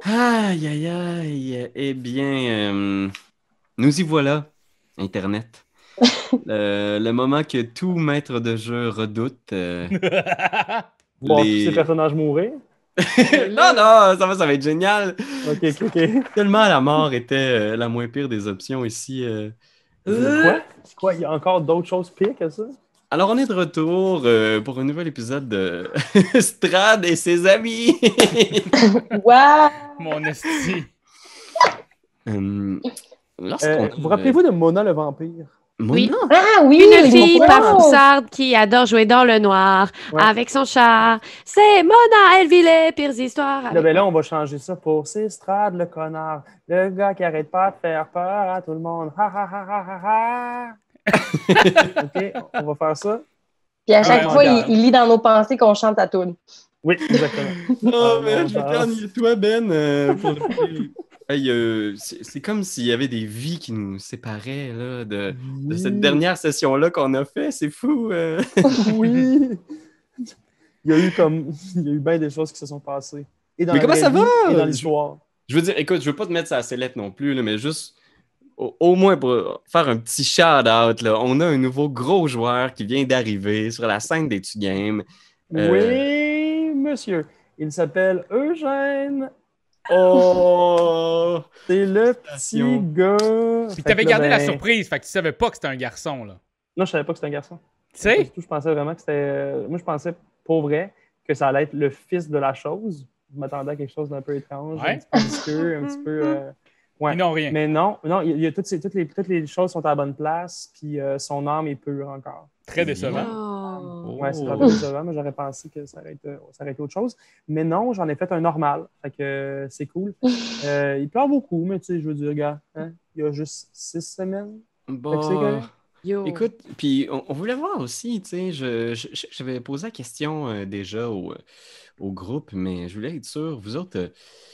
Aïe, aïe, aïe. Eh bien, nous y voilà, Internet. Le moment que tout maître de jeu redoute. Voir tous ces Les... personnages mourir. Non, non, ça va être génial. Ok, ok, ok. Tellement la mort était la moins pire des options ici. Quoi? C'est quoi? Il y a encore d'autres choses pires que ça? Alors, on est de retour pour un nouvel épisode de Strad et ses amis. Waouh! Mon esti. Euh, Lorsqu'on a... Vous rappelez-vous de Mona le vampire? Mona? Oui. Ah oui, Une les fille complots! pafoussarde qui adore jouer dans le noir Ouais. avec son chat. C'est Mona, elle vit les pires histoires. Là, avec- ben là, on va changer ça pour c'est Strad le connard. Le gars qui arrête pas de faire peur à tout le monde. Ha ha ha ha ha ha. OK, on va faire ça. Puis à chaque Ouais, fois, on regarde. il lit dans nos pensées qu'on chante à tout. Oui, exactement. Oh, Ah, man, bon, je vais ça- terminer toi, Ben. Pour le film. Hey, c'est comme s'il y avait des vies qui nous séparaient là, de cette dernière session-là qu'on a fait. C'est fou. Oui. Il y a eu bien des choses qui se sont passées. Et dans Mais la comment vraie ça vie, va? et dans l'histoire. Je veux dire, écoute, je veux pas te mettre ça à sellette non plus, là, mais juste au moins pour faire un petit shout-out, là, on a un nouveau gros joueur qui vient d'arriver sur la scène des Games. Oui, monsieur. Il s'appelle Eugène. Oh! C'est le petit Félicitations. gars. Puis Fait t'avais que là, gardé la ben, surprise, fait que tu savais pas que c'était un garçon, là. Non, je savais pas que c'était un garçon. Tu Pas du sais? tout, je pensais vraiment que c'était. Moi, je pensais pour vrai que ça allait être le fils de la chose. Je m'attendais à quelque chose d'un peu étrange, Ouais. un petit peu visqueux, un petit peu. Ouais. Ils n'ont rien. Mais non, il y a toutes les choses sont à la bonne place, puis son âme est pure encore. Très décevant. Oh. Ouais, c'est un Oh. peu décevant, mais j'aurais pensé que ça aurait été autre chose. Mais non, j'en ai fait un normal. Fait que c'est cool. Il pleure beaucoup, mais tu sais, je veux dire, gars, hein, il y a juste 6 semaines. Fait que c'est Bon. correct. Yo. Écoute, puis on voulait voir aussi, tu sais, j'avais posé la question déjà au groupe, mais je voulais être sûr, vous autres,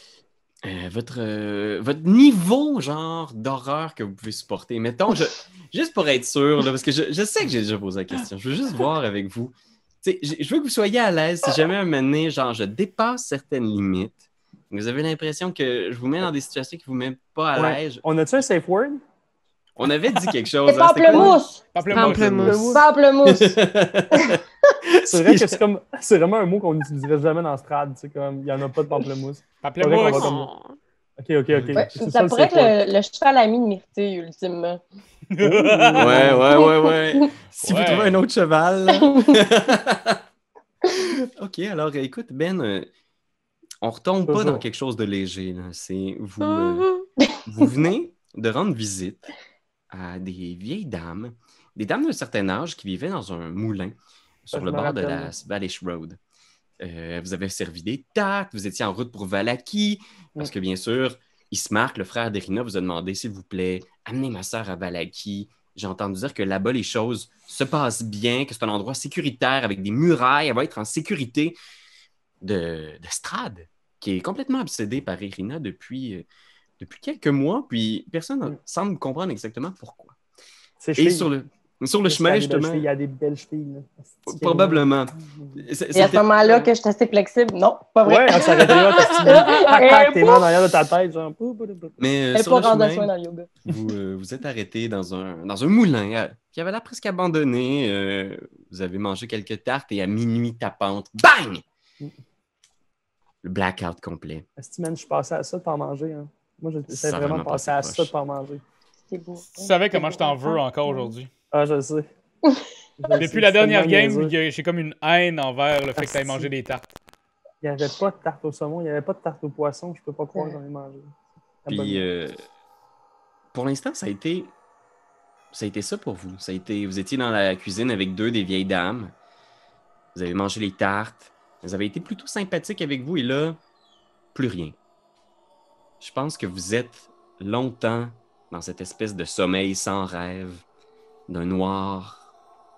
votre niveau, genre, d'horreur que vous pouvez supporter, mettons, juste pour être sûr, là, parce que je sais que j'ai déjà posé la question, je veux juste voir avec vous. Tu sais, je veux que vous soyez à l'aise si jamais un moment donné, genre, je dépasse certaines limites, vous avez l'impression que je vous mets dans des situations qui vous mettent pas à Ouais. l'aise. On a-tu un safe word? On avait dit quelque chose. C'est hein, c'était quoi? pamplemousse! Pamplemousse. Pamplemousse. Pamplemousse! C'est vrai que c'est vraiment un mot qu'on n'utiliserait jamais dans Strad. C'est comme, il n'y en a pas de pamplemousse. Pamplemousse. Faudrait qu'on va Ok, ok, ok. Ouais, C'est ça le pourrait safe word. être le cheval ami de Myrtille, ultimement. Ouais. Si vous Ouais. trouvez un autre cheval. là. OK, alors écoute, Ben, on retombe pas Toujours. dans quelque chose de léger. Là. C'est vous venez de rendre visite à des vieilles dames, des dames d'un certain âge qui vivaient dans un moulin sur je le me bord de rappelle. la Valish Road. Vous avez servi des tartes, vous étiez en route pour Valaki, parce que bien sûr, Ismark, le frère d'Erina, vous a demandé, s'il vous plaît, amenez ma sœur à Valaki. J'ai entendu dire que là-bas, les choses se passent bien, que c'est un endroit sécuritaire avec des murailles. Elle va être en sécurité de Strad, qui est complètement obsédé par Irina depuis quelques mois, puis personne ne semble comprendre exactement pourquoi. C'est Et cheville. sur le chemin, justement, Il y a des belles chevilles. Là. probablement. Et à ce moment-là, que je suis assez flexible, non, pas vrai. Ouais, on s'arrêtait là, parce que tac, tac, tes mains en arrière de ta tête, genre. Mais Elle n'est sur pas le rendue à chemin, soin dans le yoga. vous êtes arrêté dans un moulin qui avait l'air presque abandonné. Vous avez mangé quelques tartes et à minuit tapante, bang! Le blackout complet. Esti, man, je suis passé à ça de pas en manger. Hein. Moi, j'étais Ça a vraiment vraiment passé passé à ça proche. de pas en manger. C'est beau. Tu savais comment je t'en veux encore aujourd'hui. Ah, je le sais. Je le sais, Depuis la c'est dernière tellement game, niaiseux. j'ai comme une haine envers le fait que tu aies Asti. mangé des tartes. Il n'y avait pas de tarte au saumon, il n'y avait pas de tarte au poisson. Je peux pas croire que j'en ai mangé. Puis, pour l'instant, ça a été ça pour vous. Vous étiez dans la cuisine avec deux des vieilles dames. Vous avez mangé les tartes. Vous avez été plutôt sympathiques avec vous et là, plus rien. Je pense que vous êtes longtemps dans cette espèce de sommeil sans rêve, d'un noir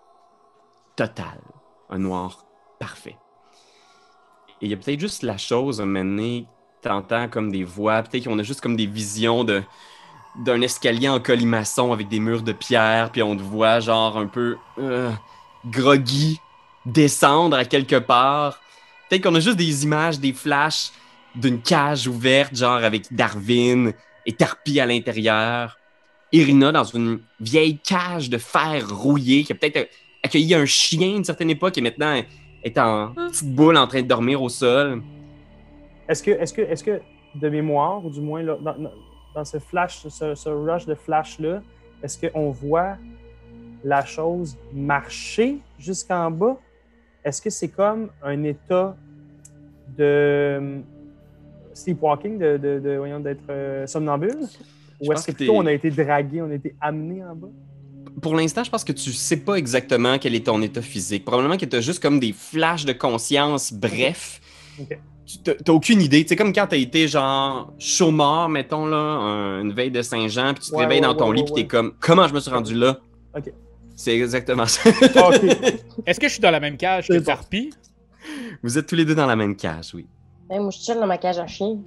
total, un noir parfait. Et il y a peut-être juste la chose, à un moment donné, t'entends comme des voix, peut-être qu'on a juste comme des visions d'un escalier en colimaçon avec des murs de pierre, puis on te voit genre un peu groggy descendre à quelque part. Peut-être qu'on a juste des images, des flashs d'une cage ouverte, genre avec Darwin et Tarpi à l'intérieur. Irina dans une vieille cage de fer rouillé qui a peut-être accueilli un chien à une certaine époque et maintenant est en petite boule en train de dormir au sol. Est-ce que de mémoire, ou du moins là, dans ce flash, ce rush de flash-là, est-ce qu'on voit la chose marcher jusqu'en bas? Est-ce que c'est comme un état de sleepwalking, voyons, d'être somnambule? Ou est-ce que plutôt on a été dragué, on a été amené en bas? Pour l'instant, je pense que tu sais pas exactement quel est ton état physique. Probablement que tu as juste comme des flashs de conscience, bref. Okay. Tu t'as aucune idée. Tu sais, comme quand tu as été genre chaud-mort, mettons, là, une veille de Saint-Jean, puis tu te réveilles dans ton lit, puis t'es comme, comment je me suis rendu là? OK. C'est exactement ça. OK. Est-ce que je suis dans la même cage que C'est bon. Tarpi? Vous êtes tous les deux dans la même cage, oui. Hey, moi, je chill dans ma cage à chien.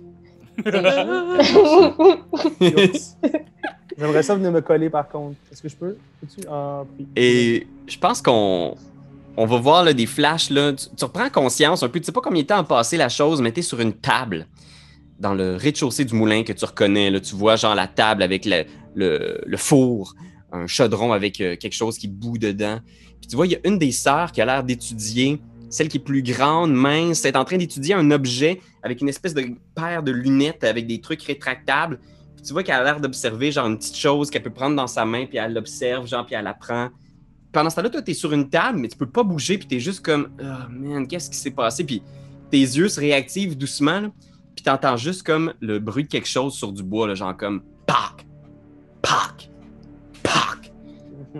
J'aimerais ça venir me coller, par contre. Est-ce que je peux? Peux-tu? Ah, oui. Et je pense qu'on va voir là, des flashs. Là. Tu reprends conscience un peu. Tu sais pas combien de temps a passé la chose, mais t'es sur une table dans le rez-de-chaussée du moulin que tu reconnais. Là. Tu vois genre la table avec le four, un chaudron avec quelque chose qui bout dedans. Puis tu vois, il y a une des sœurs qui a l'air d'étudier, celle qui est plus grande, mince, est en train d'étudier un objet avec une espèce de paire de lunettes avec des trucs rétractables. Puis tu vois qu'elle a l'air d'observer genre une petite chose qu'elle peut prendre dans sa main, puis elle l'observe, genre, puis elle la prend. Pendant ce temps-là, toi, t'es sur une table, mais tu peux pas bouger, puis t'es juste comme « Oh man, qu'est-ce qui s'est passé? » Puis tes yeux se réactivent doucement, là, puis t'entends juste comme le bruit de quelque chose sur du bois, là, genre comme « Pac! Pac! Pac! Pac! »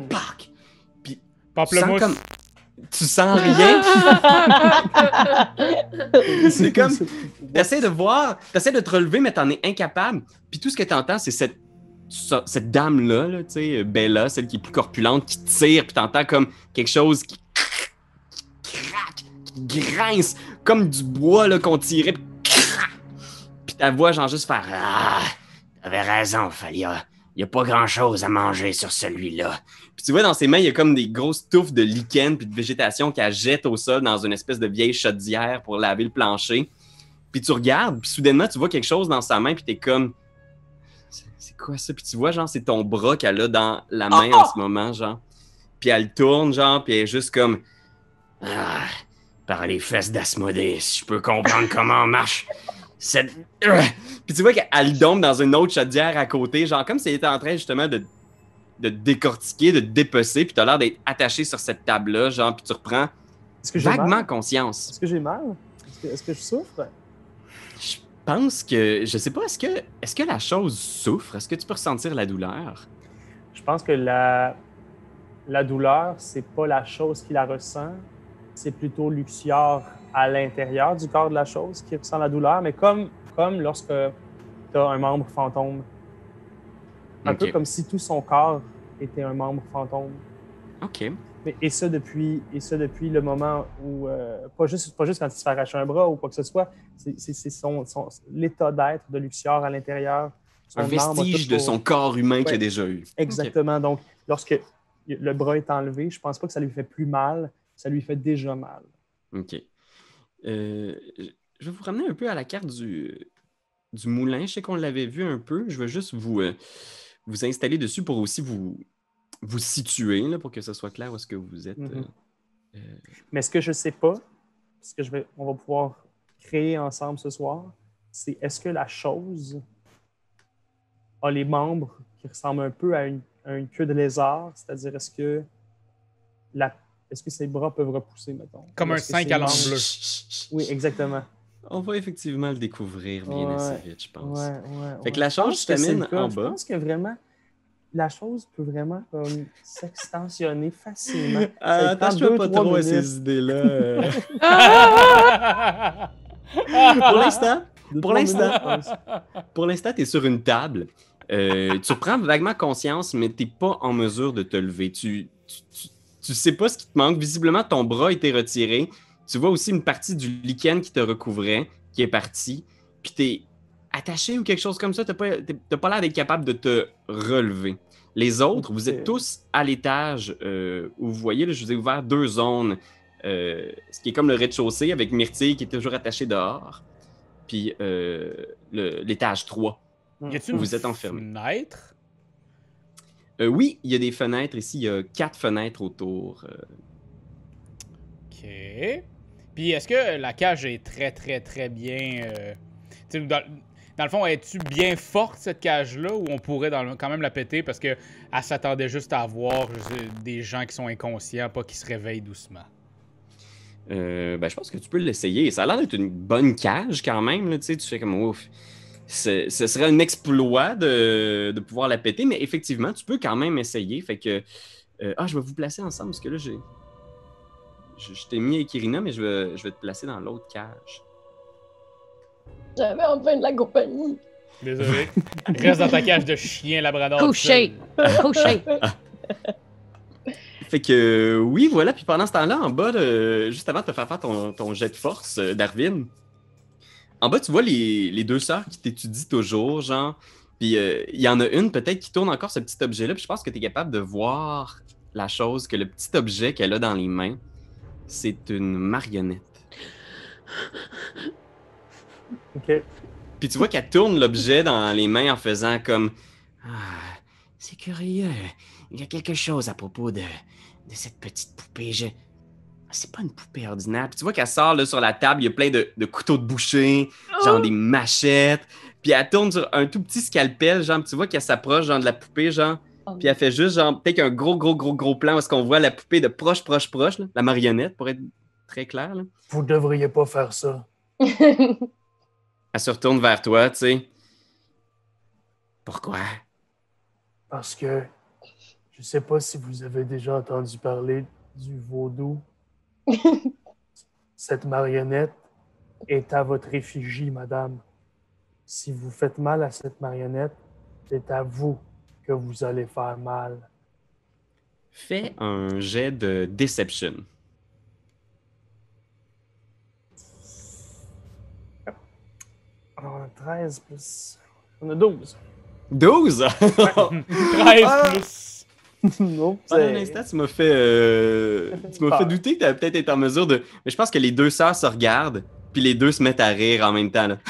Puis tu sens Pamplemousse. comme... Tu sens rien. C'est comme... T'essaies de voir, t'essaies de te relever, mais t'en es incapable. Puis tout ce que t'entends, c'est cette dame-là, là, tu sais, Bella, celle qui est plus corpulente, qui tire, puis t'entends comme quelque chose qui craque, qui grince, comme du bois là, qu'on tirait, puis ta voix, genre, juste faire « Ah, t'avais raison, Falia. Il y a pas grand-chose à manger sur celui-là. » Puis tu vois, dans ses mains, il y a comme des grosses touffes de lichen puis de végétation qu'elle jette au sol dans une espèce de vieille chaudière pour laver le plancher. Puis tu regardes, puis soudainement, tu vois quelque chose dans sa main, puis t'es comme... C'est quoi ça? Puis tu vois, genre, c'est ton bras qu'elle a dans la main en ce moment, genre. Puis elle tourne, genre, puis elle est juste comme... Ah, par les fesses d'Asmodée, je peux comprendre comment marche cette... Puis tu vois qu'elle dombe dans une autre chaudière à côté, genre comme si elle était en train, justement, de décortiquer, de dépecer, puis t'as l'air d'être attaché sur cette table-là, genre, puis tu reprends Est-ce que j'ai vaguement mal? conscience. Est-ce que j'ai mal? Est-ce que je souffre? Je pense que, je sais pas, est-ce que la chose souffre? Est-ce que tu peux ressentir la douleur? Je pense que la douleur, c'est pas la chose qui la ressent, c'est plutôt Luxior à l'intérieur du corps de la chose qui ressent la douleur, mais comme lorsque tu as un membre fantôme. Un peu comme si tout son corps était un membre fantôme. OK. Et ça depuis le moment où, pas juste quand il se fait arracher un bras ou quoi que ce soit, c'est l'état d'être de Luxior à l'intérieur. Un vestige de son corps humain qu'il a déjà eu. Exactement. Okay. Donc, lorsque le bras est enlevé, je pense pas que ça lui fait plus mal, ça lui fait déjà mal. OK. Je vais vous ramener un peu à la carte du moulin. Je sais qu'on l'avait vu un peu. Je vais juste vous installer dessus pour aussi vous situer, là, pour que ce soit clair où est-ce que vous êtes. Mais ce que je sais pas, ce que on va pouvoir créer ensemble ce soir, c'est est-ce que la chose a les membres qui ressemblent un peu à une queue de lézard, c'est-à-dire est-ce que ses bras peuvent repousser, mettons? Comme un 5 à l'angle bleu. Oui, exactement. On va effectivement le découvrir bien assez vite, je pense. Ouais. Fait que la chose t'amène en bas. Je pense que vraiment, la chose peut vraiment comme s'extensionner facilement. Attache-toi pas trop à ces idées-là. Pour l'instant, t'es sur une table. Tu prends vaguement conscience, mais t'es pas en mesure de te lever. Tu sais pas ce qui te manque. Visiblement, ton bras a été retiré. Tu vois aussi une partie du lichen qui te recouvrait, qui est partie. Puis t'es attaché ou quelque chose comme ça. T'as pas l'air d'être capable de te relever. Les autres, vous êtes tous à l'étage où vous voyez, là, je vous ai ouvert 2 zones. Ce qui est comme le rez-de-chaussée avec Myrtille qui est toujours attachée dehors. puis l'étage 3. Y a-tu Où une vous êtes enfermé. fenêtre? Oui, il y a des fenêtres ici. Il y a 4 fenêtres autour. OK. Puis est-ce que la cage est très, très, très bien... tu sais, dans le fond, es-tu bien forte, cette cage-là, ou on pourrait quand même la péter parce qu'elle s'attendait juste à voir des gens qui sont inconscients, pas qui se réveillent doucement? Je pense que tu peux l'essayer. Ça a l'air d'être une bonne cage quand même. Là, tu fais comme ouf. Ce serait un exploit de pouvoir la péter, mais effectivement, tu peux quand même essayer. Fait que. Je vais vous placer ensemble parce que là, je t'ai mis avec Irina, mais je vais te placer dans l'autre cage. J'avais enfin de la compagnie. Désolé. Reste dans ta cage de chien labrador. Couché. Couché. Fait que oui, voilà. Puis pendant ce temps-là, en bas, juste avant de te faire ton jet de force, Darwin, en bas, tu vois les deux sœurs qui t'étudient toujours, genre. Puis il y en a une peut-être qui tourne encore ce petit objet-là. Puis je pense que tu es capable de voir la chose, que le petit objet qu'elle a dans les mains, c'est une marionnette. OK. Puis tu vois qu'elle tourne l'objet dans les mains en faisant comme c'est curieux. Il y a quelque chose à propos de cette petite poupée. C'est pas une poupée ordinaire. Puis tu vois qu'elle sort là, sur la table, il y a plein de couteaux de boucher, genre des machettes. Puis elle tourne sur un tout petit scalpel, genre, tu vois qu'elle s'approche genre de la poupée, genre. Puis elle fait juste genre peut-être un gros plan parce qu'on voit la poupée de proche, là, la marionnette, pour être très clair. Là. Vous devriez pas faire ça. Elle se retourne vers toi, tu sais. Pourquoi? Parce que je sais pas si vous avez déjà entendu parler du vaudou. Cette marionnette est à votre effigie, madame. Si vous faites mal à cette marionnette, c'est à vous que vous allez faire mal. Fais un jet de Deception. Alors, 13 plus... On a 12. 12? 13 plus. Non, Pendant un instant, tu m'as fait douter que tu allais peut-être être en mesure de... Mais je pense que les deux sœurs se regardent, puis les deux se mettent à rire en même temps. Là.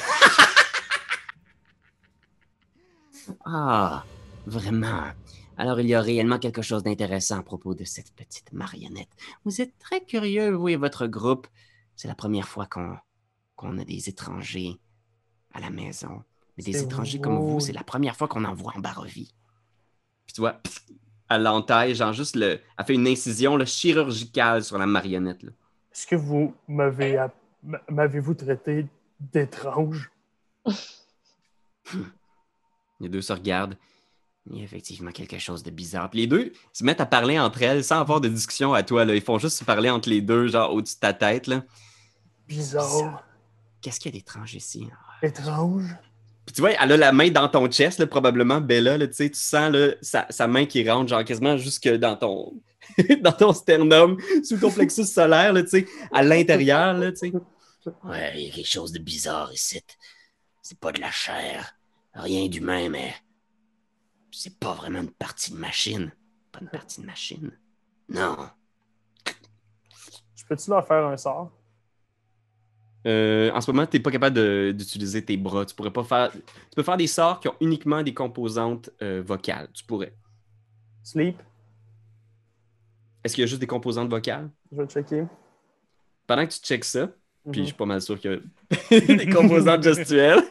Ah, vraiment. Alors, il y a réellement quelque chose d'intéressant à propos de cette petite marionnette. Vous êtes très curieux, vous et votre groupe. C'est la première fois qu'on a des étrangers à la maison. Mais des étrangers comme vous, c'est la première fois qu'on en voit en Barovie. Puis tu vois, elle l'entaille, genre juste elle fait une incision là, chirurgicale sur la marionnette. Là. Est-ce que vous m'avez-vous traité d'étrange? Les deux se regardent. Il y a effectivement quelque chose de bizarre. Puis les deux se mettent à parler entre elles sans avoir de discussion à toi. Là. Ils font juste se parler entre les deux, genre au-dessus de ta tête. Là. Bizarre. Qu'est-ce qu'il y a d'étrange ici? Étrange? Puis tu vois, elle a la main dans ton chest, là, probablement, Bella. Là, tu sens là, sa main qui rentre genre quasiment jusque dans ton, dans ton sternum, sous ton plexus solaire, là, à l'intérieur. Là, Ouais, il y a quelque chose de bizarre ici. C'est pas de la chair. Rien d'humain, mais c'est pas vraiment une partie de machine. Pas une partie de machine. Non. Je peux-tu leur faire un sort? En ce moment, tu n'es pas capable d'utiliser tes bras. Tu peux faire des sorts qui ont uniquement des composantes vocales. Tu pourrais. Sleep? Est-ce qu'il y a juste des composantes vocales? Je vais checker. Pendant que tu checkes ça, puis je suis pas mal sûr qu'il y a des composantes gestuelles.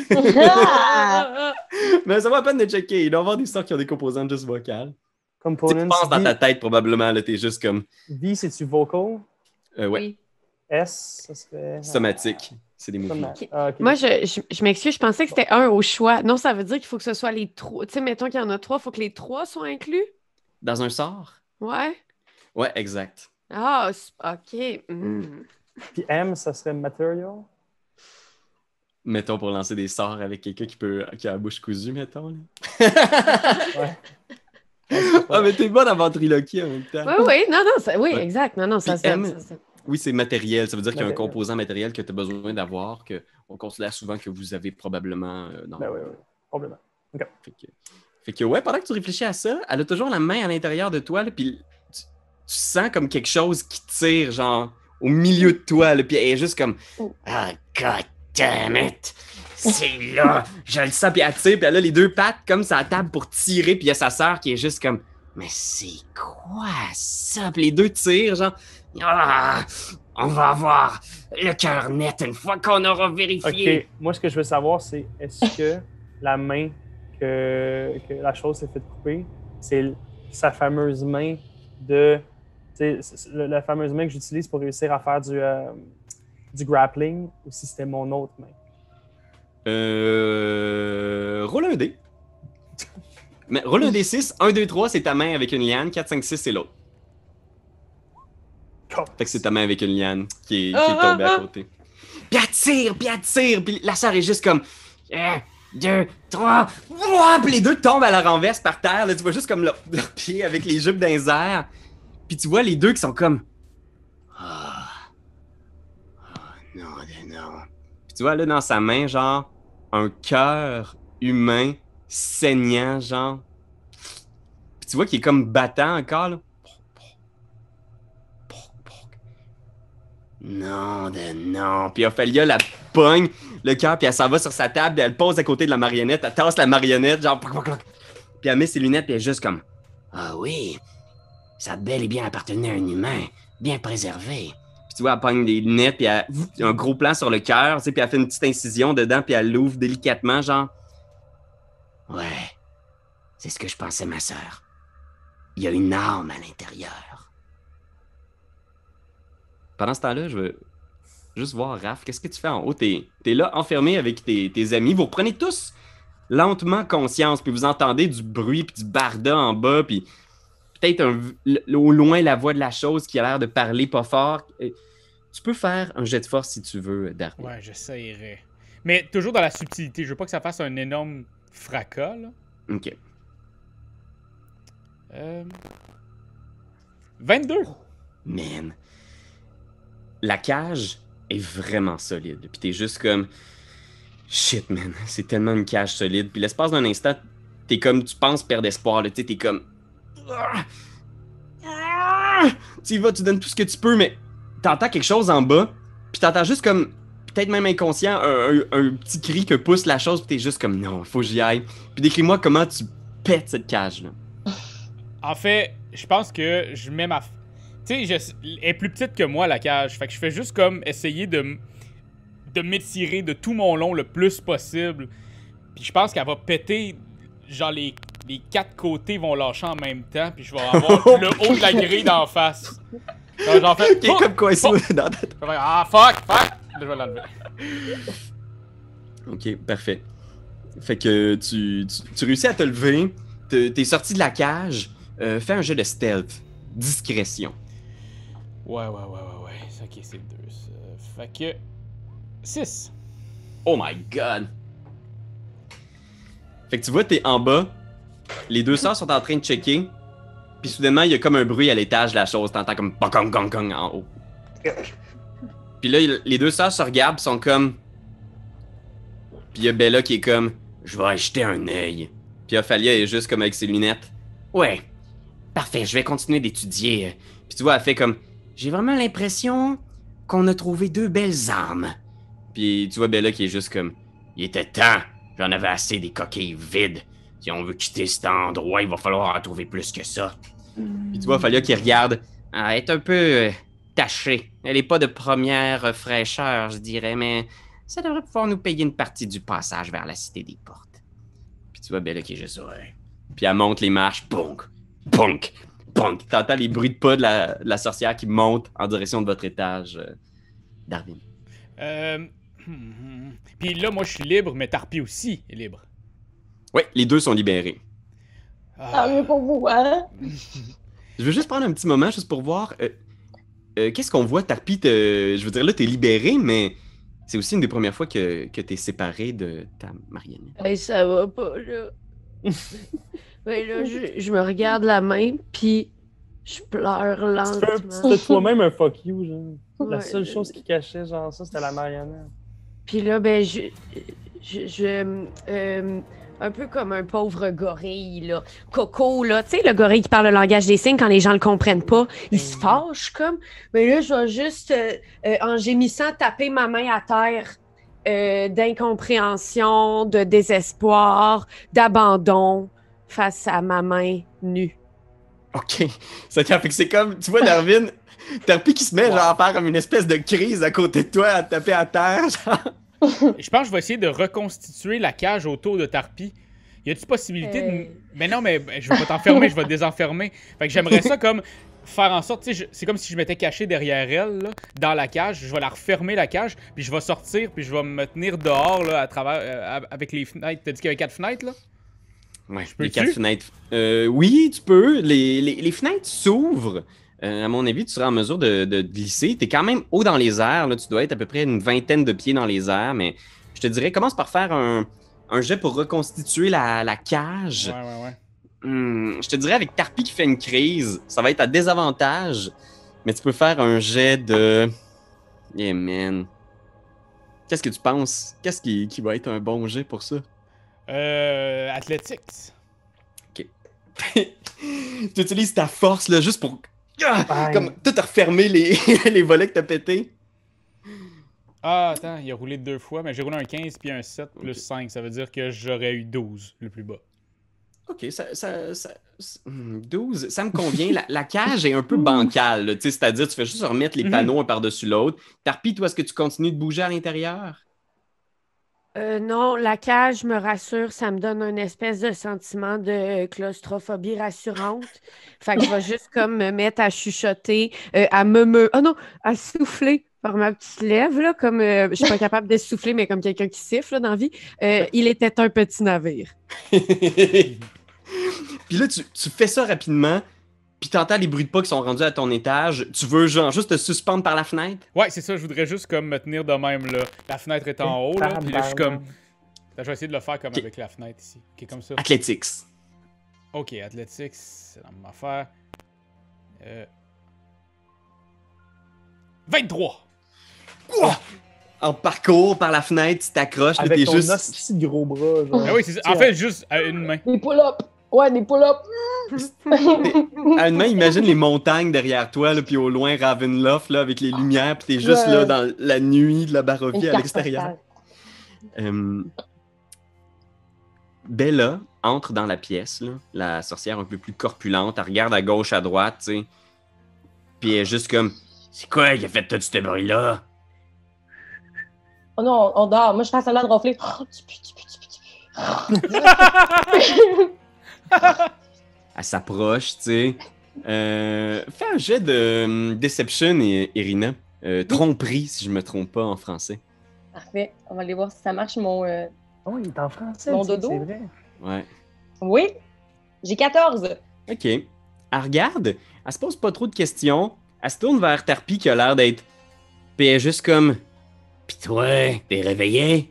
Mais ça va à peine de checker. Il doit y avoir des sorts qui ont des composantes juste vocales. Tu penses dans ta tête, probablement. Là, t'es juste comme... V, c'est-tu vocal? Ouais. Oui. S, ça serait... Somatique. C'est des mouvements. Ah, ok. Moi, je m'excuse, je pensais que c'était un au choix. Non, ça veut dire qu'il faut que ce soit les trois. Tu sais, mettons qu'il y en a trois, il faut que les trois soient inclus? Dans un sort? Ouais. Ouais, exact. Ah, OK. Mm. Puis M, ça serait material? Mettons pour lancer des sorts avec quelqu'un qui a la bouche cousue, mettons. Là. Ouais. Mais t'es bonne en ventriloquie en même temps. Oui, non, oui, Ouais. exact. Non, ça Puis se M, oui, c'est matériel. Ça veut dire qu'il y a un Matériel. composant matériel que tu as besoin d'avoir, qu'on considère souvent que vous avez probablement dans Ben oui, complètement. Fait que, ouais, pendant que tu réfléchis à ça, elle a toujours la main à l'intérieur de toi, là, puis tu sens comme quelque chose qui tire, genre, au milieu de toi, là, puis elle est juste comme Ah, God Damn it! C'est là! Je le sens, puis elle tire, puis elle a les deux pattes comme sur la table pour tirer, puis il y a sa sœur qui est juste comme mais c'est quoi ça? Puis les deux tirent, genre ah, on va avoir le cœur net une fois qu'on aura vérifié. Ok, moi ce que je veux savoir, c'est est-ce que la main que la chose s'est fait couper, c'est sa fameuse main de. La fameuse main que j'utilise pour réussir à faire du grappling, ou si c'était mon autre main? Roule un dé. Mais roule un D6, 1, 2, 3, c'est ta main avec une liane, 4, 5, 6, c'est l'autre. Fait que c'est ta main avec une liane qui est tombée à côté. Puis elle tire, puis la sœur est juste comme 1, 2, 3, puis les deux tombent à la renverse par terre, là, tu vois juste comme leur pied avec les jupes dans les airs. Puis tu vois les deux qui sont comme non. Puis tu vois là dans sa main, genre, un cœur humain saignant, genre. Puis tu vois qu'il est comme battant encore, là. Non. Puis Ophélia la pogne, le cœur, puis elle s'en va sur sa table, puis elle pose à côté de la marionnette, elle tasse la marionnette, genre. Puis elle met ses lunettes, puis elle est juste comme ah oui, ça a bel et bien appartenait à un humain, bien préservé. Puis tu vois, elle pogne des lunettes, puis elle a un gros plan sur le cœur, tu sais, puis elle fait une petite incision dedans, puis elle l'ouvre délicatement, genre. Ouais, c'est ce que je pensais, ma sœur. Il y a une âme à l'intérieur. Pendant ce temps-là, je veux juste voir, Raph, qu'est-ce que tu fais en haut? T'es là, enfermé avec tes amis. Vous reprenez tous lentement conscience, puis vous entendez du bruit, puis du barda en bas, puis peut-être au loin la voix de la chose qui a l'air de parler pas fort. Tu peux faire un jet de force si tu veux, Darwin. Ouais, j'essayerai. Mais toujours dans la subtilité. Je veux pas que ça fasse un énorme fracas, là. OK. 22. Man. La cage est vraiment solide. Puis t'es juste comme shit, man. C'est tellement une cage solide. Puis l'espace d'un instant, t'es comme, tu penses perdre espoir. Tu sais, t'es comme tu y vas, tu donnes tout ce que tu peux, mais t'entends quelque chose en bas. Puis t'entends juste comme, peut-être même inconscient, un petit cri que pousse la chose. Puis t'es juste comme non, faut que j'y aille. Puis décris-moi comment tu pètes cette cage-là. En fait, je pense que je mets ma... Tu sais, elle est plus petite que moi, la cage. Fait que je fais juste comme essayer de m'étirer de tout mon long le plus possible. Puis je pense qu'elle va péter. Genre, les 4 côtés vont lâcher en même temps. Puis je vais avoir le haut de la grille d'en face. J'en fais... Qui est comme coincé dans ta tête. Je vais faire, ah, fuck! Là, je vais l'enlever. Ok, parfait. Fait que tu réussis à te lever. T'es sorti de la cage. Fais un jeu de stealth. Discrétion. Ouais. Ok, c'est 2. Fait que... 6. Oh my god! Fait que tu vois, t'es en bas. Les deux sœurs sont en train de checker. Puis soudainement, il y a comme un bruit à l'étage de la chose. T'entends comme bong gong gong en haut. Puis là, les deux sœurs se regardent, sont comme. Puis il y a Bella qui est comme, je vais acheter un œil. Puis Ophalia est juste comme avec ses lunettes. Ouais, parfait, je vais continuer d'étudier. Puis tu vois, elle fait comme, j'ai vraiment l'impression qu'on a trouvé 2 belles armes. Puis tu vois Bella qui est juste comme, il était temps, j'en avais assez des coquilles vides. Si on veut quitter cet endroit, il va falloir en trouver plus que ça. Puis tu vois Ophalia qui regarde, elle est un peu tachée. Elle est pas de première fraîcheur, je dirais, mais ça devrait pouvoir nous payer une partie du passage vers la cité des portes. Puis tu vois Bella qui est juste, ouais. Puis elle monte les marches, bonk, bonk, bonk. T'entends les bruits de pas de la sorcière qui monte en direction de votre étage, Darwin. Puis là, moi, je suis libre, mais Tarpi aussi est libre. Oui, les deux sont libérés. Tant mieux pour vous, hein? Je veux juste prendre un petit moment juste pour voir. Qu'est-ce qu'on voit, Tarpi? Je veux dire, là, t'es libéré, mais c'est aussi une des premières fois que t'es séparé de ta marionnette. Hey, ça va pas, là. Ben là, je me regarde la main, puis je pleure lentement. C'était toi-même un fuck you, genre. La Ouais. seule chose qui cachait, genre ça, c'était la marionnette. Puis là, ben, un peu comme un pauvre gorille, là. Coco, là. Tu sais, le gorille qui parle le langage des signes quand les gens le comprennent pas. Il se fâche, comme. Mais là, je vais juste, en gémissant, taper ma main à terre d'incompréhension, de désespoir, d'abandon face à ma main nue. OK. Fait que c'est comme, tu vois, Darwin, Tarpi qui se met genre à faire comme une espèce de crise à côté de toi, à te taper à terre, genre. Je pense que je vais essayer de reconstituer la cage autour de Tarpi. Y a-t-il possibilité de... Mais non, mais je vais pas t'enfermer, je vais te désenfermer. Fait que j'aimerais ça comme faire en sorte, tu sais, c'est comme si je m'étais caché derrière elle, là, dans la cage. Je vais la refermer, la cage, puis je vais sortir, puis je vais me tenir dehors, là, à travers, avec les fenêtres. T'as dit qu'il y avait 4 fenêtres, là? Ouais, peux les 4 fenêtres. Oui, tu peux. Les fenêtres s'ouvrent. À mon avis, tu seras en mesure de glisser. Tu es quand même haut dans les airs. Là. Tu dois être à peu près une 20aine de pieds dans les airs. Mais je te dirais, commence par faire un jet pour reconstituer la cage. Ouais. Je te dirais, avec Tarpi qui fait une crise, ça va être à désavantage. Mais tu peux faire un jet de... Yeah, man. Qu'est-ce que tu penses? Qu'est-ce qui va être un bon jet pour ça? Athletics. OK. Tu utilises ta force là, juste pour... comme tout refermer les volets que t'as pété. Ah, attends, il a roulé 2 fois, mais j'ai roulé un 15 puis un 7 plus 5. Ça veut dire que j'aurais eu 12, le plus bas. OK, 12, ça me convient. La cage est un peu bancale, là, c'est-à-dire tu fais juste remettre les panneaux un par-dessus l'autre. Tarpi, toi, est-ce que tu continues de bouger à l'intérieur? Non, la cage me rassure, ça me donne une espèce de sentiment de claustrophobie rassurante. Fait que je vais juste comme me mettre à chuchoter, oh non, à souffler par ma petite lèvre, là, comme je suis pas capable de souffler, mais comme quelqu'un qui siffle là, dans la vie. Il était un petit navire. Puis là, tu fais ça rapidement, puis t'entends les bruits de pas qui sont rendus à ton étage. Tu veux genre juste te suspendre par la fenêtre? Ouais, c'est ça, je voudrais juste comme me tenir de même, là. La fenêtre est en haut, là, puis là, je suis comme... Je vais essayer de le faire comme avec la fenêtre ici. OK, comme ça. Athletics. OK, Athletics, c'est la même affaire. 23! En parcours par la fenêtre, tu t'accroches, là, Avec t'es ton juste... hostie de gros bras. Genre. Ah oui, c'est ça. En fait, juste à une main. Des pull-ups. Ouais, des pull-ups. À une main, imagine les montagnes derrière toi, là, puis au loin Ravenloft, là, avec les lumières, puis t'es juste là dans la nuit de la Barovie à l'extérieur. Bella entre dans la pièce, là, la sorcière un peu plus corpulente, elle regarde à gauche, à droite, tu sais, puis elle est juste comme « C'est quoi qui a fait tout ce bruit-là? » Oh non, on dort. Moi, je fais semblant de ronfler. Oh, tu pues. Elle s'approche, tu sais. Fais un jet de Deception, Irina. Tromperie, si je me trompe pas en français. Parfait. On va aller voir si ça marche, mon... Oh, il est en français. Mon c'est dodo? vrai. Ouais. Oui. J'ai 14. OK. Elle regarde, elle se pose pas trop de questions. Elle se tourne vers Tarpi qui a l'air d'être... Puis elle est juste comme... Pis toi, t'es réveillé?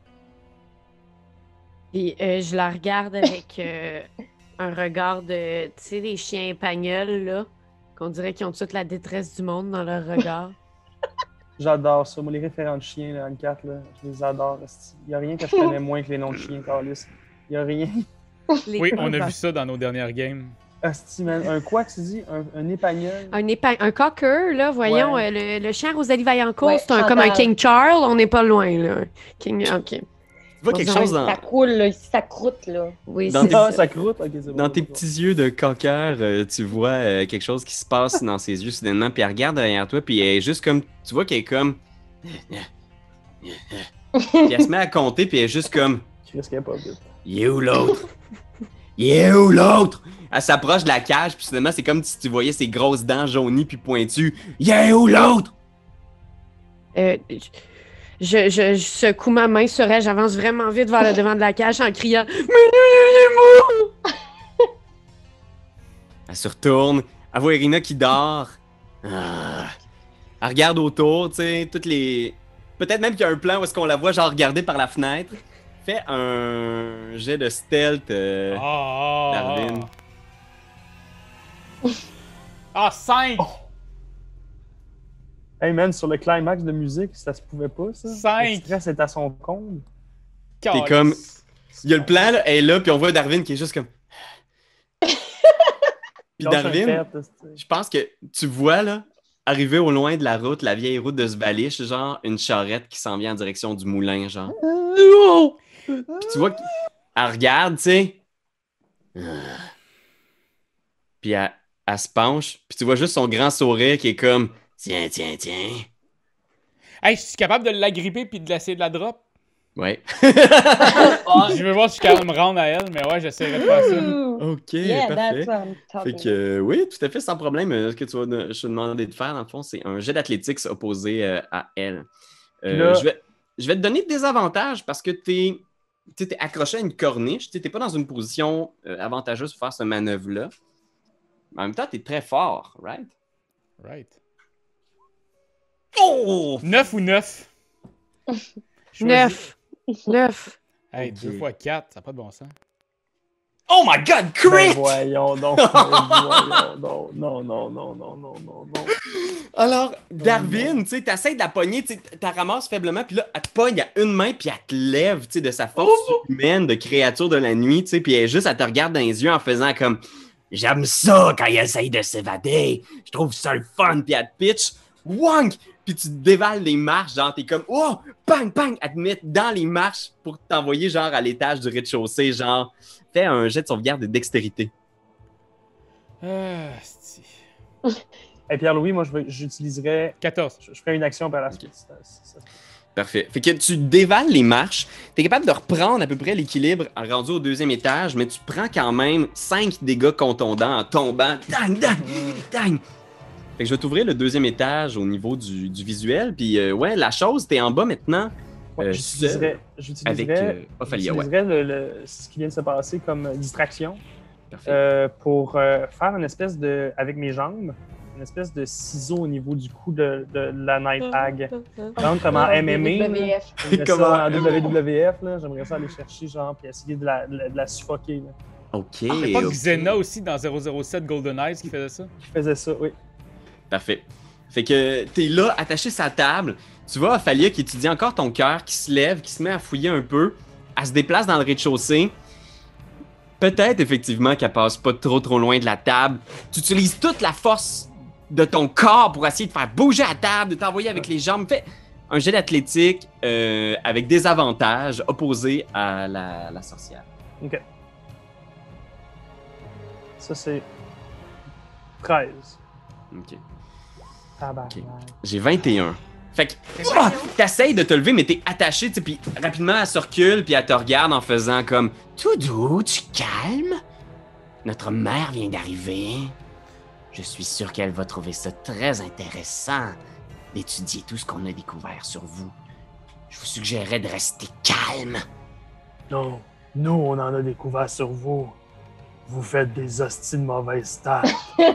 Puis je la regarde avec un regard de, tu sais, les chiens espagnols, là, qu'on dirait qu'ils ont toute la détresse du monde dans leur regard. J'adore ça. Moi, les référents de chiens, là, Anne-Cat, là, je les adore. Il n'y a rien que je connais moins que les noms de chiens, Carlis. Il n'y a rien. Oui, on a vu ça dans nos dernières games. Asti, man. Un quoi que tu dis? Un épagnol? Un cocker, là, voyons, Ouais. le chien Rosalie Vaillancourt, Ouais, c'est comme un Chantal. King Charles, on n'est pas loin, là. King, OK. Tu vois quelque Bon, chose dans... Ça coule, là. Ici, ça croûte, là. Oui, Dans c'est tes- Ah, ça. ça croûte? Ok, c'est bon. Dans tes c'est bon. petits yeux de cocker, tu vois quelque chose qui se passe dans ses yeux soudainement, puis elle regarde derrière toi, puis elle est juste comme... Tu vois qu'elle est comme... Puis elle se met à compter, puis elle est juste comme... Je risquais pas vite. Il est où l'autre? Il est où l'autre? Elle s'approche de la cage, puis soudainement, c'est comme si tu voyais ses grosses dents jaunies puis pointues. Il est où l'autre? Je secoue ma main sur elle, j'avance vraiment vite vers le devant de la cage en criant « Mais il Elle se retourne, elle voit Irina qui dort. Ah. Elle regarde autour, tu sais, toutes les... Peut-être même qu'il y a un plan où est-ce qu'on la voit genre regarder par la fenêtre. Fais un jet de stealth, Darwin. Ah, 5! Hey man, sur le climax de musique, ça se pouvait pas, ça? 5. Le stress est à son comble. T'es comme... Il y a le plan, là, elle est là, puis on voit Darwin qui est juste comme... Puis Lâche un Darwin, pet, asti. je pense que tu vois, là, arriver au loin de la route, la vieille route de Svalich, genre une charrette qui s'en vient en direction du moulin, genre. Non! Puis tu vois qu'elle regarde, tu sais. Puis elle se penche, puis tu vois juste son grand sourire qui est comme tiens, tiens, tiens. Hey, je suis capable de l'agripper puis de l'essayer de la drop? Ouais. Je veux voir si je suis capable de me rendre à elle, mais ouais, j'essaierai de faire ça. OK, Yeah, parfait. that's top. Fait que oui, tout à fait, sans problème. Ce que tu vas je te demander de faire, dans le fond, c'est un jet d'athlétiques opposé à elle. Là- je vais te donner des avantages parce que t'es accroché à une corniche. T'es pas dans une position avantageuse pour faire ce manœuvre-là. Mais en même temps, t'es très fort, right? Right. Oh! 9 ou 9? 9. 9. Hey, Ok. 2 fois 4, ça n'a pas de bon sens. Oh my god, Ben crit! voyons donc. Ben voyons donc. Non, non, non, non, non, non, non. Alors, Darwin, tu sais, t'essaies de la pogner, tu la ramasses faiblement, puis là, elle te pogne à une main, puis elle te lève, tu sais, de sa force humaine de créature de la nuit, tu sais, puis elle te regarde dans les yeux en faisant comme « J'aime ça quand il essaye de s'évader, je trouve ça le fun », puis elle te pitch « Wonk! » Puis tu dévales les marches, genre, t'es comme « Oh! Bang! Bang! » Elle te met dans les marches pour t'envoyer, genre, à l'étage du rez-de-chaussée, genre, fais un jet de sauvegarde de dextérité. Si. Et Pierre-Louis, moi, j'utiliserais. 14. Je ferais une action par la Ok. suite. Parfait. Fait que tu dévales les marches, t'es capable de reprendre à peu près l'équilibre rendu au deuxième étage, mais tu prends quand même 5 dégâts contondants en tombant. Dang, dang, dang. Fait que je vais t'ouvrir le deuxième étage au niveau du visuel, puis ouais, la chose, t'es en bas maintenant. Ouais, Seul avec Ophalia, ouais. j'utiliserais ce qui vient de se passer comme distraction Parfait. pour faire une espèce de, avec mes jambes, une espèce de ciseau au niveau du cou de la Night Hag. Donc, comme en MMA, là, WWF. j'aimerais Comment- ça, en WWF, là, j'aimerais ça aller chercher, genre, puis essayer de la suffoquer. Là. Ok. C'est pas ok. Xena aussi dans 007 Golden Eyes qui faisait ça? Je faisais ça, oui. Parfait. Fait que t'es là, attaché sa table. Tu vois Ophalia qui étudie encore ton cœur, qui se lève, qui se met à fouiller un peu. Elle se déplace dans le rez-de-chaussée. Peut-être effectivement qu'elle passe pas trop loin de la table. Tu utilises toute la force de ton corps pour essayer de faire bouger la table, de t'envoyer avec les jambes. Fais un jet d'athlétique avec des avantages opposés à la sorcière. OK. Ça, c'est 13. Ok. Tabarnak. Ok. J'ai 21. Fait que t'essayes de te lever, mais t'es attaché, tu sais, puis rapidement, elle se recule, puis elle te regarde en faisant comme « Tout doux, tu calmes? Notre mère vient d'arriver. Je suis sûr qu'elle va trouver ça très intéressant d'étudier tout ce qu'on a découvert sur vous. Je vous suggérerais de rester calme. Non, nous, on en a découvert sur vous. Vous faites des hosties de mauvaises tartes.